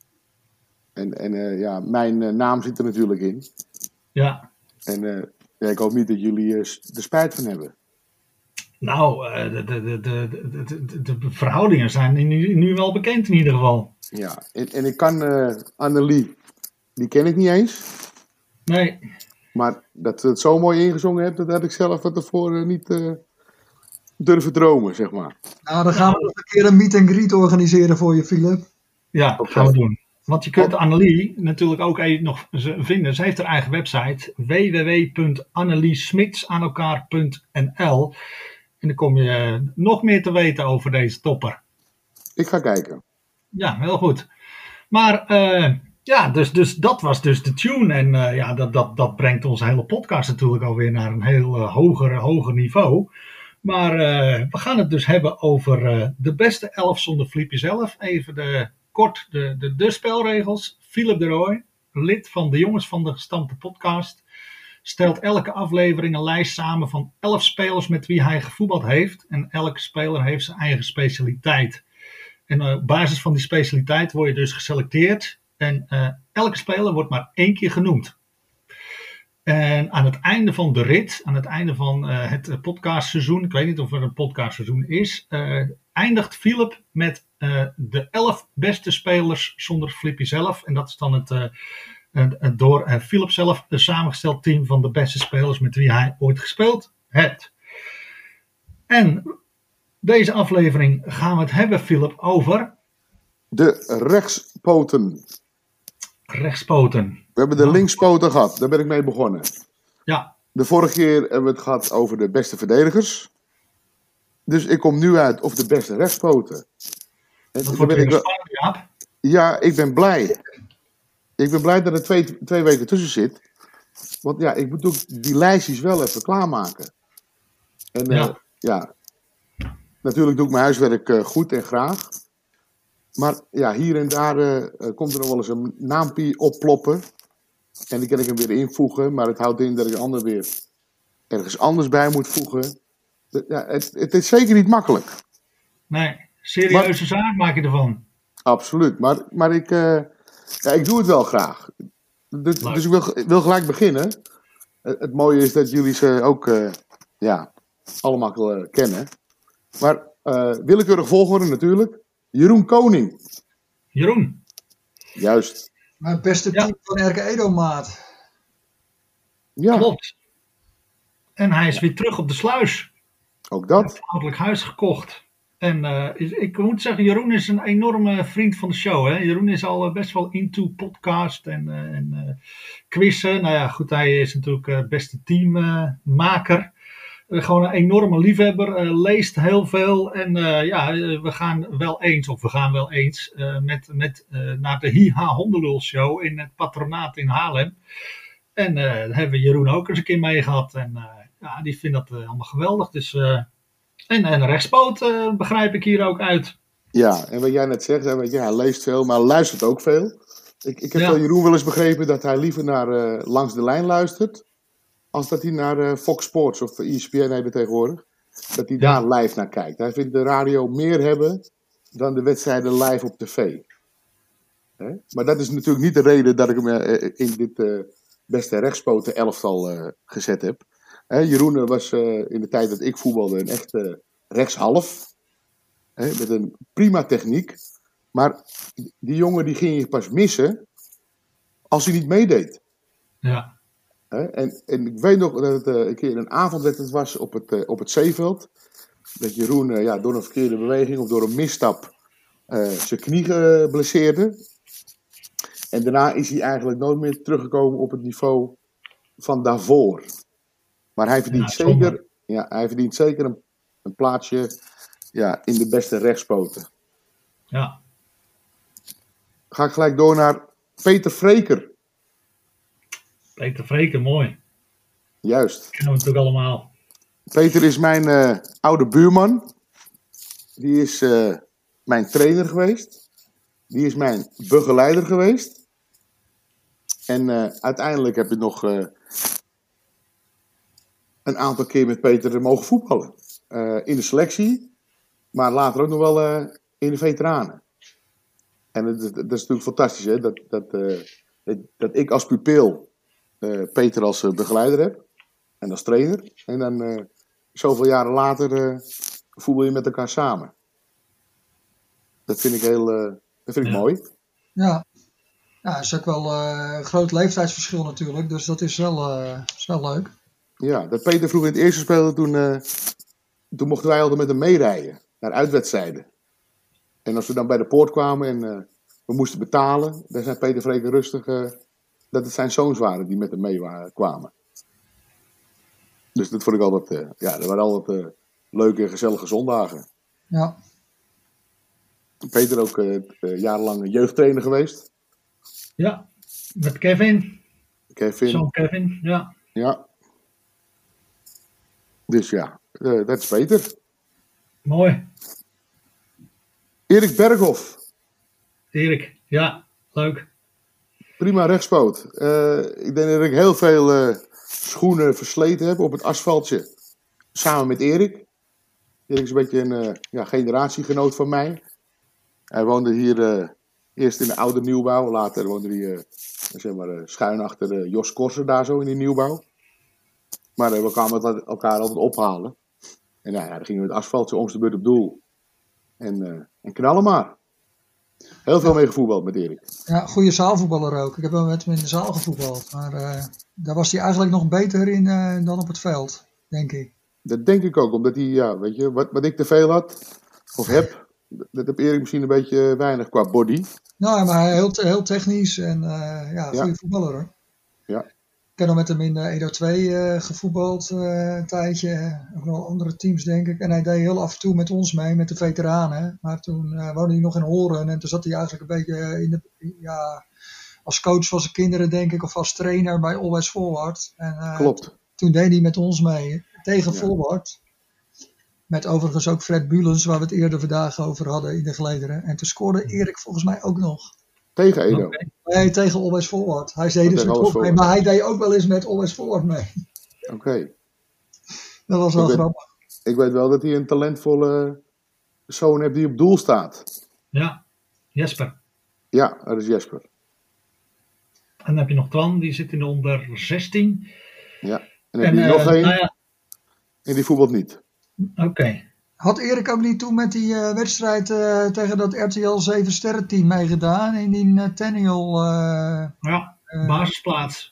En mijn naam zit er natuurlijk in. Ja. En ik hoop niet dat jullie er spijt van hebben. Nou, de verhoudingen zijn nu wel bekend in ieder geval. Ja, en ik kan Annelie, die ken ik niet eens. Nee. Maar dat ze het zo mooi ingezongen hebt, dat had ik zelf van tevoren niet durven dromen, zeg maar. Nou, dan gaan we nog een keer een meet and greet organiseren voor je, Philip. Ja, dat gaan we doen. Want je kunt Annelie natuurlijk ook even nog vinden. Ze heeft haar eigen website www.anneliesmits.nl. En dan kom je nog meer te weten over deze topper. Ik ga kijken. Ja, heel goed. Maar dus dat was dus de tune. En dat brengt onze hele podcast natuurlijk alweer naar een heel hoger niveau. Maar we gaan het dus hebben over de beste 11 zonder Flippy zelf. Even kort de spelregels. Philip de Rooij, lid van de Jongens van de Gestampte podcast, stelt elke aflevering een lijst samen van 11 spelers met wie hij gevoetbald heeft. En elke speler heeft zijn eigen specialiteit. En op basis van die specialiteit word je dus geselecteerd. En elke speler wordt maar 1 keer genoemd. En aan het einde van de rit, aan het einde van het podcastseizoen, ik weet niet of er een podcastseizoen is, eindigt Philip met de 11 beste spelers zonder Flippy zelf. En dat is dan het door Philip zelf samengesteld team van de beste spelers met wie hij ooit gespeeld heeft. En deze aflevering gaan we het hebben, Philip, over de rechtspoten. Rechtspoten. We hebben de linkspoten gehad, daar ben ik mee begonnen. Ja. De vorige keer hebben we het gehad over de beste verdedigers. Dus ik kom nu uit op de beste rechtspoten. Dat wordt weer spannend, Jaap. Ja, ik ben blij. Ik ben blij dat er twee weken tussen zit. Want ja, ik moet ook die lijstjes wel even klaarmaken. En natuurlijk doe ik mijn huiswerk goed en graag. Maar ja, hier en daar komt er nog wel eens een naampie opploppen. En die kan ik hem weer invoegen. Maar het houdt in dat ik de ander weer ergens anders bij moet voegen. Ja, het is zeker niet makkelijk. Nee, serieuze zaak maak je ervan. Absoluut. Maar ik doe het wel graag. Dus ik wil gelijk beginnen. Het mooie is dat jullie ze ook allemaal kennen. Maar willekeurig volgorde natuurlijk. Jeroen Koning. Jeroen. Juist. Mijn beste team van RK Edo, maat. Ja, Klopt. En hij is weer terug op de sluis. ook Hij dat. heeft een ouderlijk huis gekocht. En ik moet zeggen, Jeroen is een enorme vriend van de show. Hè? Jeroen is al best wel into podcast en quizzen. Nou ja, goed, hij is natuurlijk beste teammaker. Gewoon een enorme liefhebber. Leest heel veel. En we gaan wel eens naar de Hiha Hondenlul Show in het patronaat in Haarlem. En daar hebben we Jeroen ook eens een keer mee gehad. En die vindt dat allemaal geweldig. Dus... En rechtspoot begrijp ik hier ook uit. Ja, en wat jij net zegt, hij leest veel, maar luistert ook veel. Ik heb van Jeroen wel eens begrepen dat hij liever naar Langs de Lijn luistert, als dat hij naar Fox Sports of ESPN heet het tegenwoordig, dat hij daar live naar kijkt. Hij vindt de radio meer hebben dan de wedstrijden live op tv. Hè? Maar dat is natuurlijk niet de reden dat ik hem in dit beste rechtspoten elftal gezet heb. Jeroen was in de tijd dat ik voetbalde een echte rechtshalf. Met een prima techniek. Maar die jongen die ging je pas missen als hij niet meedeed. Ja. En ik weet nog dat het een keer een avondwedstrijd was op het Zeeveld. Dat Jeroen door een verkeerde beweging of door een misstap zijn knie blesseerde. En daarna is hij eigenlijk nooit meer teruggekomen op het niveau van daarvoor. Maar hij verdient zeker een plaatsje in de beste rechtspoten. Ja. Ga ik gelijk door naar Peter Vreker. Peter Vreker, mooi. Juist. Kennen we natuurlijk allemaal. Peter is mijn oude buurman. Die is mijn trainer geweest. Die is mijn begeleider geweest. En uiteindelijk heb ik nog... een aantal keer met Peter mogen voetballen. In de selectie, maar later ook nog wel in de veteranen. En dat is natuurlijk fantastisch, hè? Dat ik als pupil Peter als begeleider heb. En als trainer. En dan zoveel jaren later voetbal je met elkaar samen. Dat vind ik mooi. Ja. Ja, er is ook wel een groot leeftijdsverschil natuurlijk. Dus dat is wel leuk. Ja, dat Peter vroeger in het eerste speelde, toen mochten wij altijd met hem meerijden. Naar uitwedstrijden. En als we dan bij de poort kwamen en we moesten betalen, dan zei Peter Vreker rustig dat het zijn zoons waren die met hem mee kwamen. Dus dat vond ik altijd, dat waren altijd leuke en gezellige zondagen. Ja. Peter ook jarenlang jeugdtrainer geweest. Ja, met Kevin. Zo'n Kevin, ja. Ja. Dus dat is Peter. Mooi. Erik Berghoff. Erik, ja, leuk. Prima rechtspoot. Ik denk dat ik heel veel schoenen versleten heb op het asfaltje. Samen met Erik. Erik is een beetje een generatiegenoot van mij. Hij woonde hier eerst in de oude nieuwbouw. Later woonde hij schuin achter Jos Korsen daar zo in de nieuwbouw. Maar we kwamen elkaar altijd ophalen. En dan gingen we het asfaltje om de beurt op doel. En knallen maar. Heel veel mee gevoetbald met Erik. Ja, goede zaalvoetballer ook. Ik heb wel met hem in de zaal gevoetbald. Maar daar was hij eigenlijk nog beter in dan op het veld, denk ik. Dat denk ik ook. Omdat hij, weet je, wat ik te veel had, of heb, dat heb Erik misschien een beetje weinig qua body. Nou, maar heel technisch en goede voetballer hoor. Ja. Ik heb nog met hem in Edo 2 gevoetbald een tijdje. Ook nog andere teams denk ik. En hij deed heel af en toe met ons mee, met de veteranen. Maar toen woonde hij nog in Horen. En toen zat hij eigenlijk een beetje als coach van zijn kinderen denk ik. Of als trainer bij Always Forward. En, Klopt. Toen deed hij met ons mee tegen Forward. Met overigens ook Fred Bulens, waar we het eerder vandaag over hadden in de gelederen. En toen scoorde Erik volgens mij ook nog. Tegen Edo? Okay. Nee, tegen Always Forward. Hij deed dus met ons mee, maar hij deed ook wel eens met Always Forward mee. Oké. Dat was wel grappig. Ik weet wel dat hij een talentvolle zoon heb die op doel staat. Ja, Jesper. Ja, dat is Jesper. En dan heb je nog Twan, die zit in de onder 16. Ja. En dan heb je nog één. Nou ja, En die voetbalt niet. oké. Had Erik ook niet toen met die wedstrijd tegen dat RTL 7 sterren team meegedaan? In die Nathaniel... Ja, basisplaats.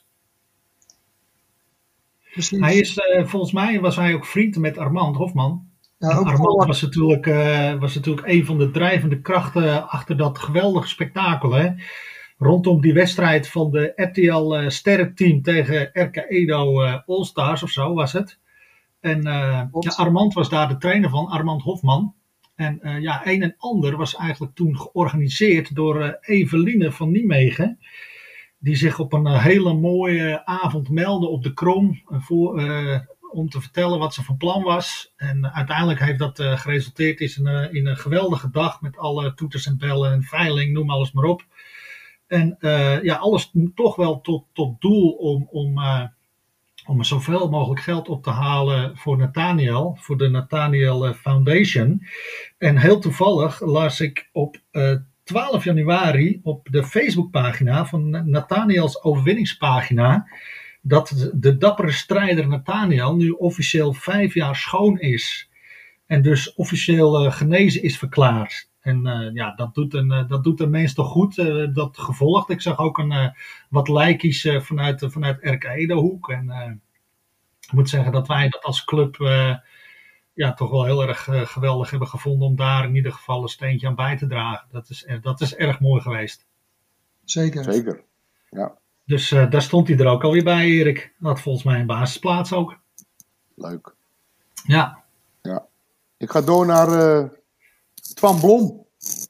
precies. Hij is, volgens mij was hij ook vriend met Armand Hofman. Ja, En ook Armand wel- was natuurlijk een van de drijvende krachten achter dat geweldige spektakel. Hè? Rondom die wedstrijd van de RTL sterrenteam tegen RK Edo All-Stars of zo was het. En Klopt. Armand was daar de trainer van, Armand Hofman. En een en ander was eigenlijk toen georganiseerd door Eveline van Nijmegen. Die zich op een hele mooie avond meldde op de Krom om te vertellen wat ze van plan was. En uiteindelijk heeft dat geresulteerd in een geweldige dag met alle toeters en bellen en veiling, noem alles maar op. En alles toch wel tot doel om zoveel mogelijk geld op te halen voor Nathaniel, voor de Nathaniel Foundation. En heel toevallig las ik op 12 januari op de Facebookpagina van Nathaniels overwinningspagina dat de dappere strijder Nathaniel nu officieel 5 jaar schoon is. En dus officieel genezen is verklaard. En dat doet een mens toch goed, dat gevolgd. Ik zag ook wat likejes vanuit RK Edo-hoek. En ik moet zeggen dat wij dat als club toch wel heel erg geweldig hebben gevonden om daar in ieder geval een steentje aan bij te dragen. Dat is erg mooi geweest. Zeker. Zeker. Ja, Dus daar stond hij er ook alweer bij, Erik. Had volgens mij een basisplaats ook. leuk. Ja, Ik ga door naar Twan Blom.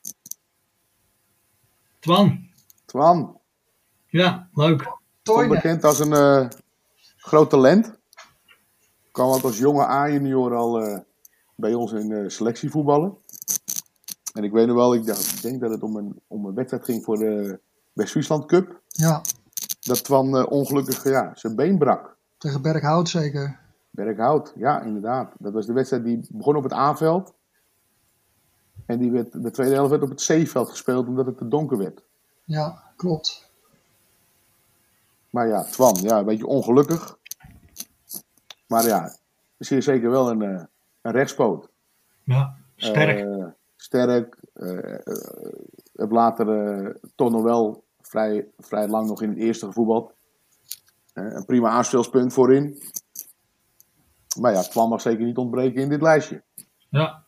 Twan, ja, leuk. Twan Toyne. bekend als een groot talent. Kwam al als jonge A-junior al bij ons in selectievoetballen. En ik weet nog wel, ik denk dat het om een wedstrijd ging voor de West-Friesland Cup. Ja, Dat Twan ongelukkig zijn been brak. tegen Berkhout zeker. Berkhout, ja, inderdaad. Dat was de wedstrijd die begon op het A-veld. En de tweede helft werd op het C-veld gespeeld omdat het te donker werd. Ja, klopt. Maar ja, Twan, een beetje ongelukkig. Maar ja, zeer zeker wel een rechtspoot. Ja, sterk. Sterk. Heb later toch nog wel vrij lang nog in het eerste gevoetbald. Een prima aanspeelspunt voorin. Maar ja, Twan mag zeker niet ontbreken in dit lijstje. Ja,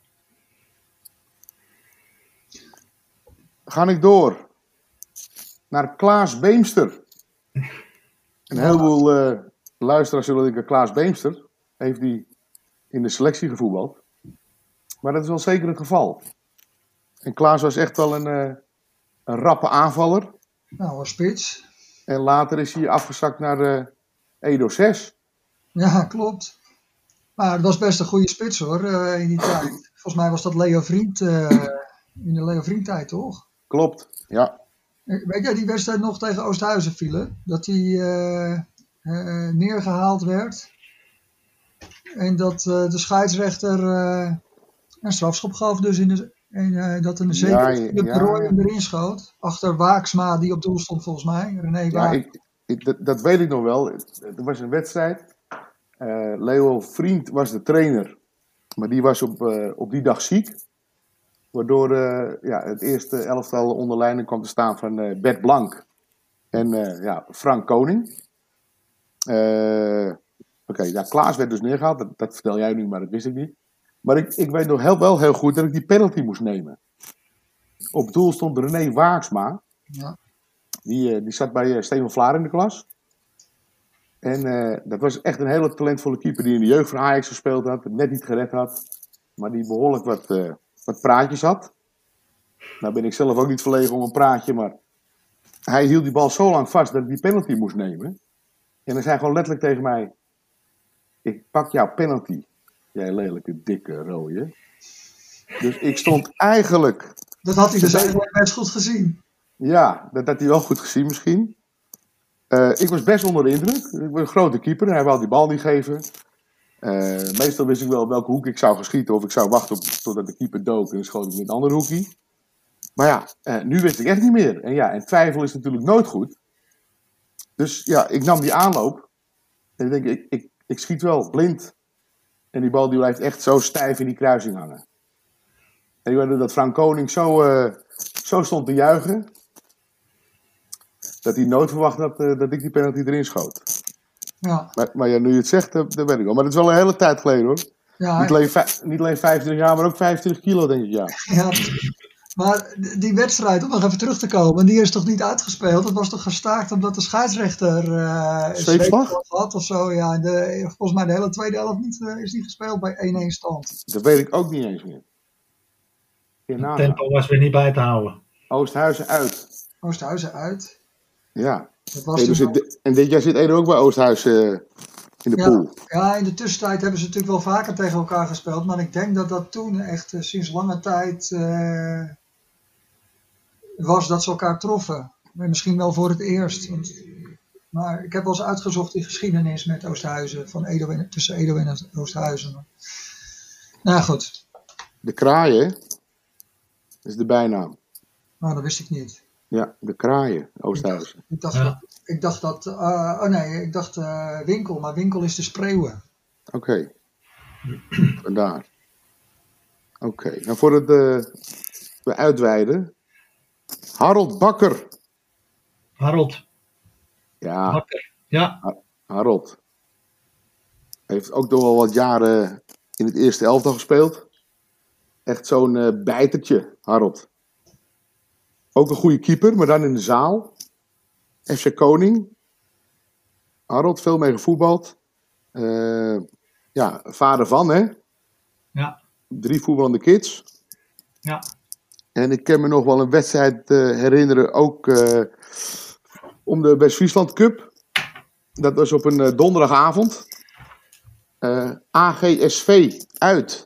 Ga ik door naar Klaas Beemster. Een heleboel luisteraars zullen denken, Klaas Beemster heeft die in de selectie gevoetbald. Maar dat is wel zeker het geval. En Klaas was echt wel een rappe aanvaller. Nou, een spits. En later is hij afgezakt naar Edo 6. Ja, klopt. Maar het was best een goede spits hoor, in die tijd. Volgens mij was dat Leo Vriend, in de Leo Vriend tijd toch? Klopt, ja. Weet jij die wedstrijd nog tegen Oosthuizen vielen? Dat die neergehaald werd. En dat de scheidsrechter een strafschop gaf dus dat een zeker de Roy hem erin schoot. Achter Waaksma die op doel stond volgens mij. René Waaksma. Dat weet ik nog wel. Er was een wedstrijd. Leo Vriend was de trainer. Maar die was op die dag ziek. Waardoor het eerste elftal onder leiding kwam te staan van Bert Blank en Frank Koning. Klaas werd dus neergehaald. Dat vertel jij nu, maar dat wist ik niet. Maar ik weet nog wel heel goed dat ik die penalty moest nemen. Op doel stond René Waaksma. Ja. Die zat bij Steven Vlaar in de klas. En dat was echt een hele talentvolle keeper die in de jeugd van Ajax gespeeld had. Het net niet gered had. Maar die behoorlijk wat praatjes had. Nou ben ik zelf ook niet verlegen om een praatje. Maar hij hield die bal zo lang vast dat ik die penalty moest nemen. En hij zei gewoon letterlijk tegen mij. Ik pak jouw penalty. Jij lelijke, dikke, rode. Dus ik stond eigenlijk... Dat had hij dus eigenlijk best goed gezien. Ja, dat had hij wel goed gezien misschien. Ik was best onder de indruk. Ik ben een grote keeper en hij wou die bal niet geven. Meestal wist ik wel op welke hoek ik zou gaan schieten. Of ik zou wachten totdat de keeper dook. En dan schoot ik met een andere hoekie. Maar ja, nu wist ik echt niet meer. En twijfel is natuurlijk nooit goed. Dus ja, ik nam die aanloop. En ik denk, ik schiet wel blind. En die bal die blijft echt zo stijf in die kruising hangen. En ik weet dat Frank Koning zo stond te juichen. Dat hij nooit verwacht had dat ik die penalty erin schoot. Ja. Maar ja, nu je het zegt, dat weet ik wel. Maar dat is wel een hele tijd geleden hoor. Ja, Niet alleen 25 jaar, maar ook 25 kilo denk ik, ja. ja. Maar die wedstrijd, om nog even terug te komen, die is toch niet uitgespeeld? Dat was toch gestaakt omdat de scheidsrechter Zweepslag had of zo? Ja, volgens mij de hele tweede helft niet, is die gespeeld bij 1-1 stand. Dat weet ik ook niet eens meer. Het tempo was weer niet bij te houden. Oosthuizen uit. Oosthuizen uit. Ja. Dat was En dit jaar zit Edo ook bij Oosthuizen in de pool. Ja, in de tussentijd hebben ze natuurlijk wel vaker tegen elkaar gespeeld. Maar ik denk dat dat toen echt sinds lange tijd was dat ze elkaar troffen. Misschien wel voor het eerst. Maar ik heb wel eens uitgezocht die geschiedenis met Oosthuizen. Tussen Edo en Oosthuizen. Nou goed. De Kraaien is de bijnaam. Nou, dat wist ik niet. Ja, de Kraaien, Oosthuizen. Ik dacht Winkel. Maar Winkel is de Spreeuwen. Oké. Vandaar. Oké. Nou, voor het we uitweiden. Harold Bakker. Harold. Ja. Bakker. Ja. Harold. Heeft ook nog wel wat jaren in het eerste elftal gespeeld. Echt zo'n bijtertje, Harold. Ook een goede keeper, maar dan in de zaal. FC Koning. Harold, veel mee gevoetbald. Vader van, hè? Ja. 3 voetballende kids. Ja. En ik kan me nog wel een wedstrijd herinneren, ook om de West-Friesland Cup. Dat was op een donderdagavond. AGSV uit.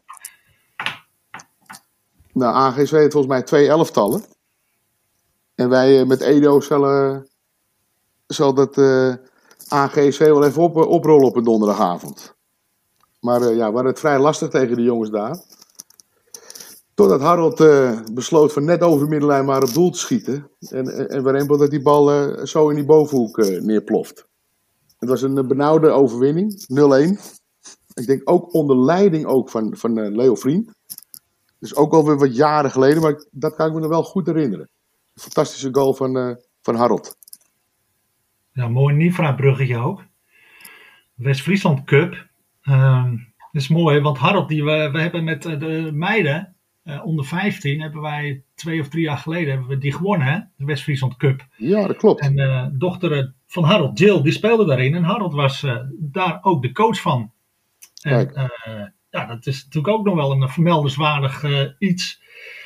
Nou, AGSV heeft volgens mij 2 elftallen. En wij met Edo zal dat AGSV wel even oprollen op een donderdagavond. Maar we hadden het vrij lastig tegen de jongens daar. Totdat Harold besloot van net over de middenlijn maar op doel te schieten. En waarempel dat die bal zo in die bovenhoek neerploft. Het was een benauwde overwinning, 0-1. Ik denk ook onder leiding ook van Leo Vriend. Dus ook alweer wat jaren geleden, maar dat kan ik me nog wel goed herinneren. Een fantastische goal van Harold. Ja, mooi Nifra-bruggetje ook. West-Friesland Cup. Dat is mooi, want Harold, we hebben met de meiden onder 15, hebben wij 2 of 3 jaar geleden die gewonnen, hè? De West-Friesland Cup. Ja, dat klopt. En de dochter van Harold, Jill, die speelde daarin. En Harold was daar ook de coach van. En dat is natuurlijk ook nog wel een vermeldenswaardig iets.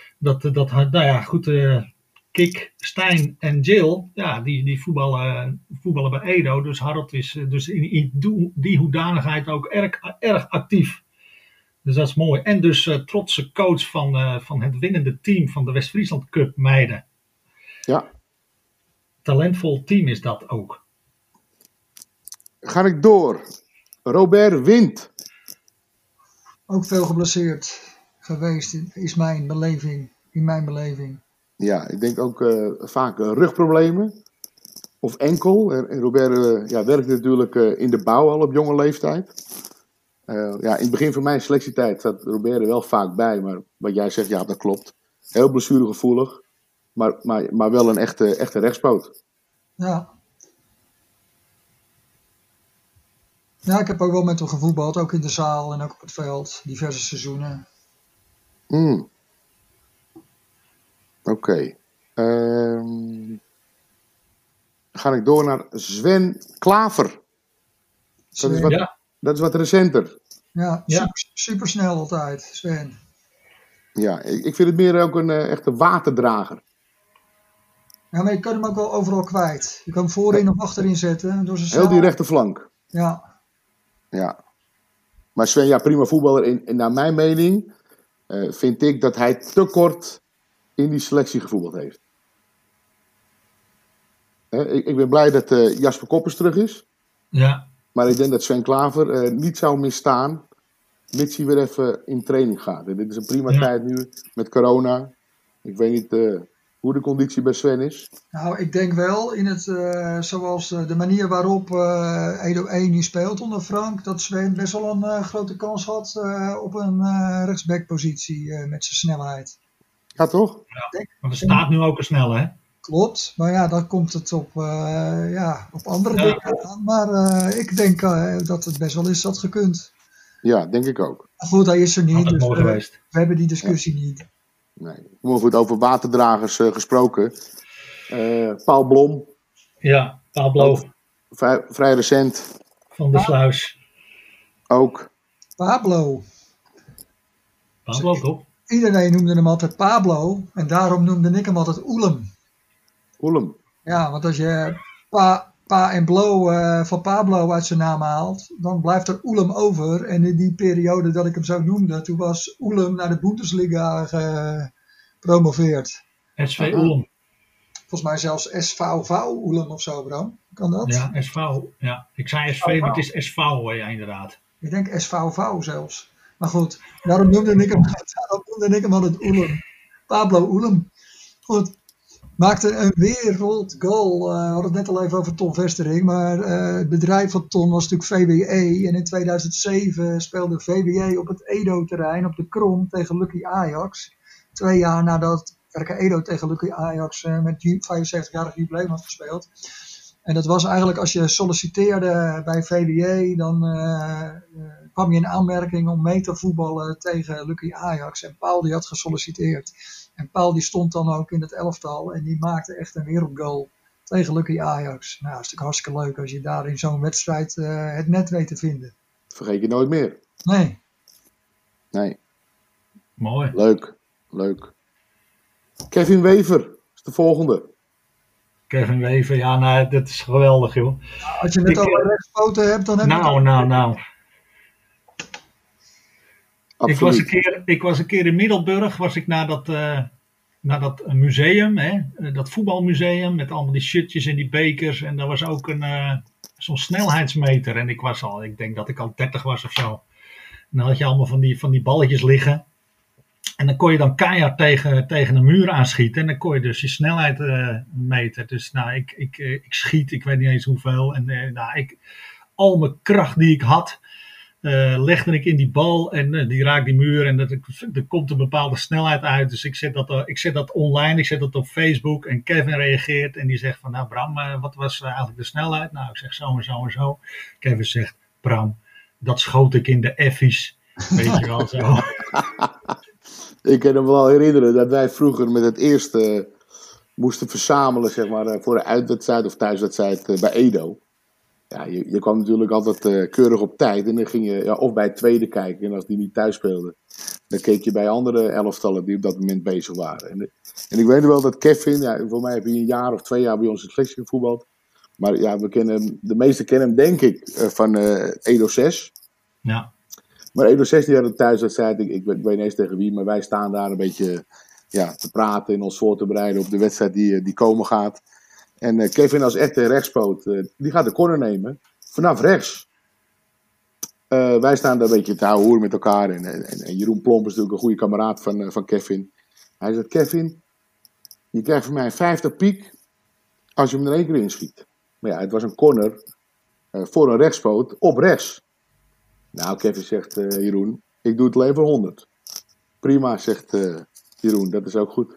Kik, Stijn en Jill, ja, die voetballen bij Edo. Dus Harold is dus in die hoedanigheid ook erg actief. Dus dat is mooi. En dus trotse coach van het winnende team van de West-Friesland Cup meiden. Ja. Talentvol team is dat ook. Ga ik door. Robert Wind. Ook veel geblesseerd geweest is in mijn beleving. Ja, ik denk ook vaak rugproblemen. Of enkel. En Robert werkte natuurlijk in de bouw al op jonge leeftijd. In het begin van mijn selectietijd zat Robert er wel vaak bij. Maar wat jij zegt, ja, dat klopt. Heel blessuregevoelig. Maar wel een echte rechtspoot. Ja. Ja, ik heb ook wel met hem gevoetbald. Ook in de zaal en ook op het veld. Diverse seizoenen. Oké. Ga ik door naar Sven Klaver. Dat is wat recenter. Ja, super snel altijd, Sven. Ja, ik vind het meer ook een echte waterdrager. Ja, maar je kan hem ook wel overal kwijt. Je kan hem voorin of achterin zetten. Door zijn Heel die rechterflank. Ja. Ja. Maar Sven, ja, prima voetballer. En naar mijn mening vind ik dat hij te kort in die selectie gevoetbald heeft. Ik ben blij dat Jasper Koppers terug is. Ja. Maar ik denk dat Sven Klaver niet zou misstaan, mits hij weer even in training gaat. En dit is een prima tijd nu met corona. Ik weet niet hoe de conditie bij Sven is. Nou, ik denk wel, zoals de manier waarop Edo 1 nu speelt onder Frank, dat Sven best wel een grote kans had op een rechtsbackpositie met zijn snelheid. Ja, toch? Want er staat nu ook een snelle, hè? Klopt, maar ja, dan komt het op andere dingen aan. Maar ik denk dat het best wel is dat gekund. Ja, denk ik ook. Maar goed, hij is er niet, Altijd dus mooi geweest. we hebben die discussie niet. Nee. Maar goed, over waterdragers gesproken. Paul Blom, Ja, Pablo vrij recent van de Sluis. ook. Pablo. Pablo, toch? Iedereen noemde hem altijd Pablo en daarom noemde ik hem altijd Oelem. Oelem. Ja, want als je Pa en Blo van Pablo uit zijn naam haalt, dan blijft er Oelem over. En in die periode dat ik hem zo noemde, toen was Oelem naar de Bundesliga gepromoveerd. SV Ulm. Volgens mij zelfs SVV Oelem of zo, Bram. Kan dat? Ja, SV. Ja. Ik zei SV, maar het is SV, ja, inderdaad. Ik denk SVV zelfs. Maar goed, daarom noemde ik hem altijd Oelem. Pablo Oelem. Goed. Maakte een wereldgoal. We hadden het net al even over Ton Vestering. Maar het bedrijf van Ton was natuurlijk VWE. En in 2007 speelde VWE op het Edo-terrein op de Krom tegen Lucky Ajax. 2 jaar nadat RK Edo tegen Lucky Ajax met 75-jarig jubileum had gespeeld. En dat was eigenlijk als je solliciteerde bij VWE, dan kwam je in aanmerking om mee te voetballen tegen Lucky Ajax. En Paul die had gesolliciteerd. En Paul die stond dan ook in het elftal en die maakte echt een wereldgoal tegen Lucky Ajax. Nou, dat is natuurlijk hartstikke leuk als je daar in zo'n wedstrijd het net weet te vinden. Vergeet je nooit meer. Nee. Mooi. Leuk. Kevin Wever is de volgende. Kevin Wever, ja, nou, dat is geweldig, joh. Als je het over rechtspoten hebt, dan heb je Nou. Absoluut. Ik was een keer in Middelburg, was ik naar dat museum, hè, dat voetbalmuseum, met allemaal die shirtjes en die bekers. En daar was ook zo'n snelheidsmeter. En ik denk dat ik al 30 was of zo. En dan had je allemaal van die balletjes liggen. En dan kon je dan keihard tegen een muur aanschieten. En dan kon je dus je snelheid meten. Dus nou, ik schiet, ik weet niet eens hoeveel. En al mijn kracht die ik had, legde ik in die bal. En die raakt die muur. En er komt een bepaalde snelheid uit. Dus ik zet dat online, ik zet dat op Facebook. En Kevin reageert en die zegt van, nou Bram, wat was eigenlijk de snelheid? Nou, ik zeg zo en zo en zo. Kevin zegt, Bram, dat schoot ik in de effies. Weet je wel, zo. Ik kan me wel herinneren dat wij vroeger met het eerste moesten verzamelen, zeg maar, voor een uitwedstrijd of thuiswedstrijd bij Edo. Ja, je kwam natuurlijk altijd keurig op tijd en dan ging je of bij het tweede kijken en als die niet thuis speelden, dan keek je bij andere elftallen die op dat moment bezig waren. En ik weet wel dat Kevin, ja, voor mij heb hij 1 jaar of 2 jaar bij ons in selectie gevoetbald. Maar ja, de meesten kennen hem denk ik van Edo 6. Ja. Maar Edo 6 die had een thuiswedstrijd, ik weet niet eens tegen wie, maar wij staan daar een beetje te praten en ons voor te bereiden op de wedstrijd die komen gaat. En Kevin als echte rechtspoot, die gaat de corner nemen vanaf rechts. Wij staan daar een beetje te houden met elkaar en Jeroen Plomp is natuurlijk een goede kameraad van Kevin. Hij zegt, Kevin, je krijgt van mij een 50 piek als je hem er 1 keer inschiet. Maar ja, het was een corner voor een rechtspoot op rechts. Nou, Kevin zegt, Jeroen, ik doe het alleen voor 100. Prima, zegt Jeroen, dat is ook goed.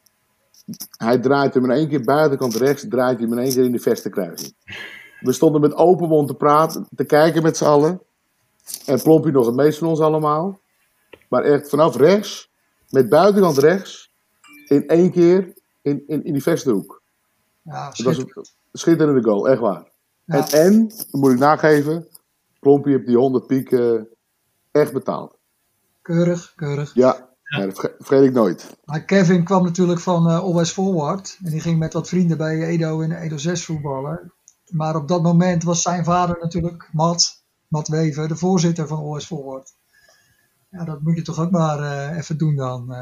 Hij draait hem in 1 keer buitenkant rechts, draait hij hem in 1 keer in de vestenkruising. We stonden met open mond te praten, te kijken met z'n allen. En Plompje nog het meest van ons allemaal. Maar echt vanaf rechts, met buitenkant rechts, in 1 keer in die vesthoek. Ja, Dat was een schitterende goal, echt waar. Ja. En, dan moet ik nageven, Plompje heeft die 100 piek echt betaald. Keurig. Ja, dat vergeet ik nooit. Maar Kevin kwam natuurlijk van Always Forward. En die ging met wat vrienden bij Edo in Edo 6 voetballen. Maar op dat moment was zijn vader natuurlijk Matt Wever, de voorzitter van Always Forward. Ja, dat moet je toch ook maar even doen dan.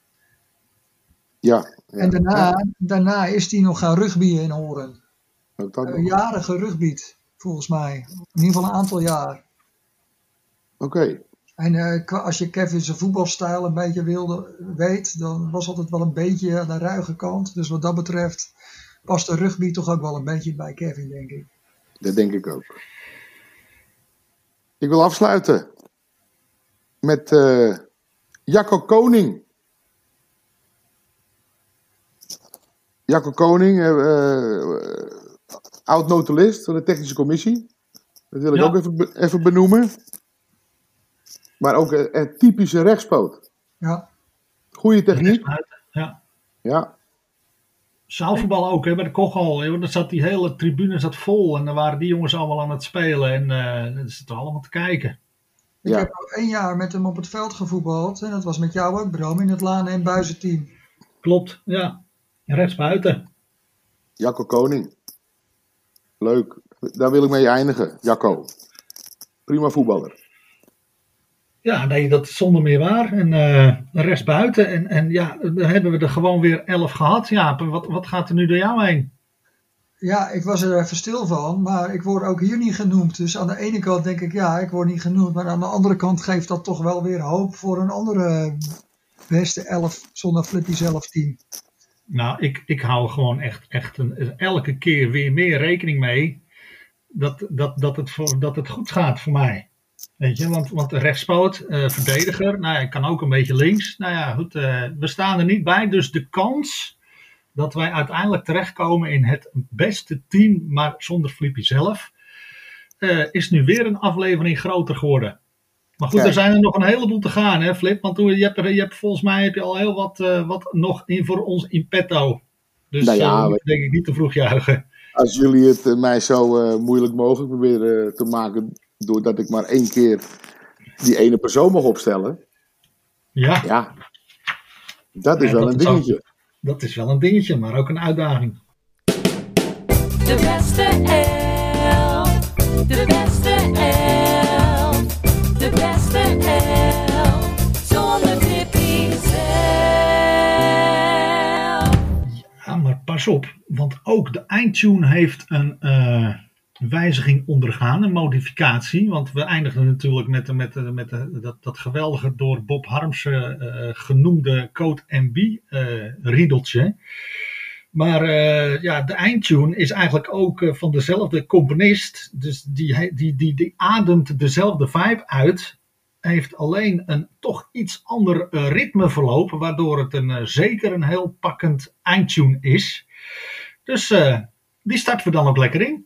Ja. En daarna is hij nog gaan rugbyen in Horen. Ook dat nog. Jaren gerugbied volgens mij. In ieder geval een aantal jaar. Oké. En als je Kevin zijn voetbalstijl een beetje weet, dan was altijd wel een beetje aan de ruige kant. Dus wat dat betreft past de rugby toch ook wel een beetje bij Kevin, denk ik. Dat denk ik ook. Ik wil afsluiten met Jacco Koning. Jacco Koning, oud-notulist van de technische commissie. Dat wil ik ook even benoemen. Maar ook een typische rechtspoot. Ja. Goede techniek. Ja. Zaalvoetbal ook, hè, bij de Kochal. Dan zat die hele tribune vol en dan waren die jongens allemaal aan het spelen. En dat zit er allemaal te kijken. Ik heb nog 1 jaar met hem op het veld gevoetbald. En dat was met jou ook, Bram, in het Lanen- en Buizenteam. Klopt, ja. Rechtsbuiten. Jacco Koning. Leuk. Daar wil ik mee eindigen, Jacco. Prima voetballer. Ja, nee, dat is zonder meer waar. En rechtsbuiten. En ja, dan hebben we er gewoon weer 11 gehad. Jaap, wat gaat er nu door jou heen? Ja, ik was er even stil van, maar ik word ook hier niet genoemd. Dus aan de ene kant denk ik, ja, ik word niet genoemd. Maar aan de andere kant geeft dat toch wel weer hoop voor een andere beste 11 zonder Flippy zelf team. Nou, ik hou gewoon echt elke keer weer meer rekening mee dat het goed gaat voor mij. Weet je, want de rechtspoot, verdediger, nou ja, ik kan ook een beetje links. Nou ja, goed, we staan er niet bij. Dus de kans dat wij uiteindelijk terechtkomen in het beste team, maar zonder Flippy zelf, is nu weer een aflevering groter geworden. Maar goed, er zijn er nog een heleboel te gaan, hè, Flip? Want je hebt volgens mij al heel wat nog voor ons in petto. Dus denk ik niet te vroeg juichen. Als jullie het mij zo moeilijk mogelijk proberen te maken, doordat ik maar 1 keer die ene persoon mag opstellen. Ja. Dat is wel een dingetje. Dat is wel een dingetje, maar ook een uitdaging. De beste 11. De beste 11. De beste 11. Zonder Flippy zelf. Ja, maar pas op. Want ook de eindtune heeft een wijziging ondergaan. Een modificatie. Want we eindigden natuurlijk met dat geweldige door Bob Harmsen genoemde Code MB riedeltje. Maar de eindtune is eigenlijk ook van dezelfde componist. Dus die ademt dezelfde vibe uit. Heeft alleen een toch iets ander ritmeverloop. Waardoor het zeker een heel pakkend eindtune is. Dus die starten we dan ook lekker in.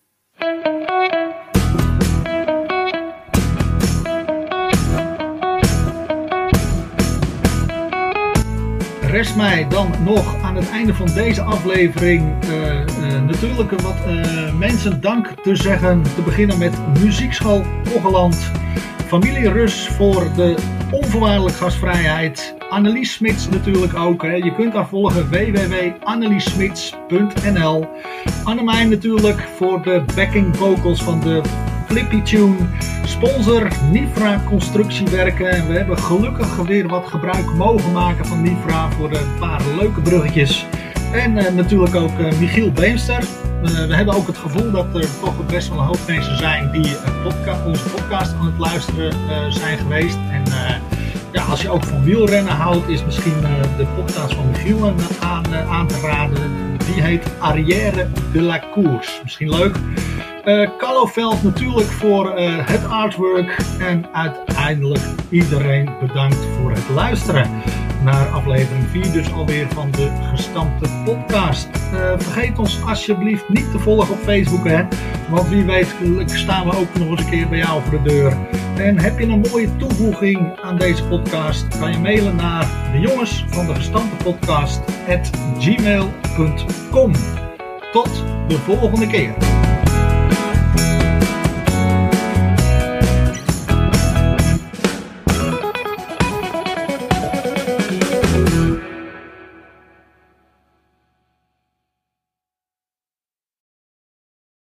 Rest mij dan nog aan het einde van deze aflevering natuurlijk wat mensen dank te zeggen. Te beginnen met Muziekschool Kogeland. Familie Rus voor de onvoorwaardelijke gastvrijheid. Annelies Smits natuurlijk ook. Hè. Je kunt haar volgen www.anneliesmits.nl. Annemijn natuurlijk voor de backing vocals van de Flippy Tune. Sponsor Nifra Constructiewerken. We hebben gelukkig weer wat gebruik mogen maken van Nifra voor een paar leuke bruggetjes. En natuurlijk ook Michiel Beemster. We hebben ook het gevoel dat er toch best wel een hoop mensen zijn die onze podcast aan het luisteren zijn geweest. En als je ook van wielrennen houdt, is misschien de podcast van Michiel aan te raden. Die heet Arrière de la Course. Misschien leuk. Kalloveld natuurlijk voor het artwork. En uiteindelijk iedereen bedankt voor het luisteren naar aflevering 4 dus alweer van de Gestampte podcast. Vergeet ons alsjeblieft niet te volgen op Facebook, hè. Want wie weet staan we ook nog eens een keer bij jou voor de deur. En heb je een mooie toevoeging aan deze podcast, kan je mailen naar de jongens van de Gestampte podcast @gmail.com. Tot de volgende keer.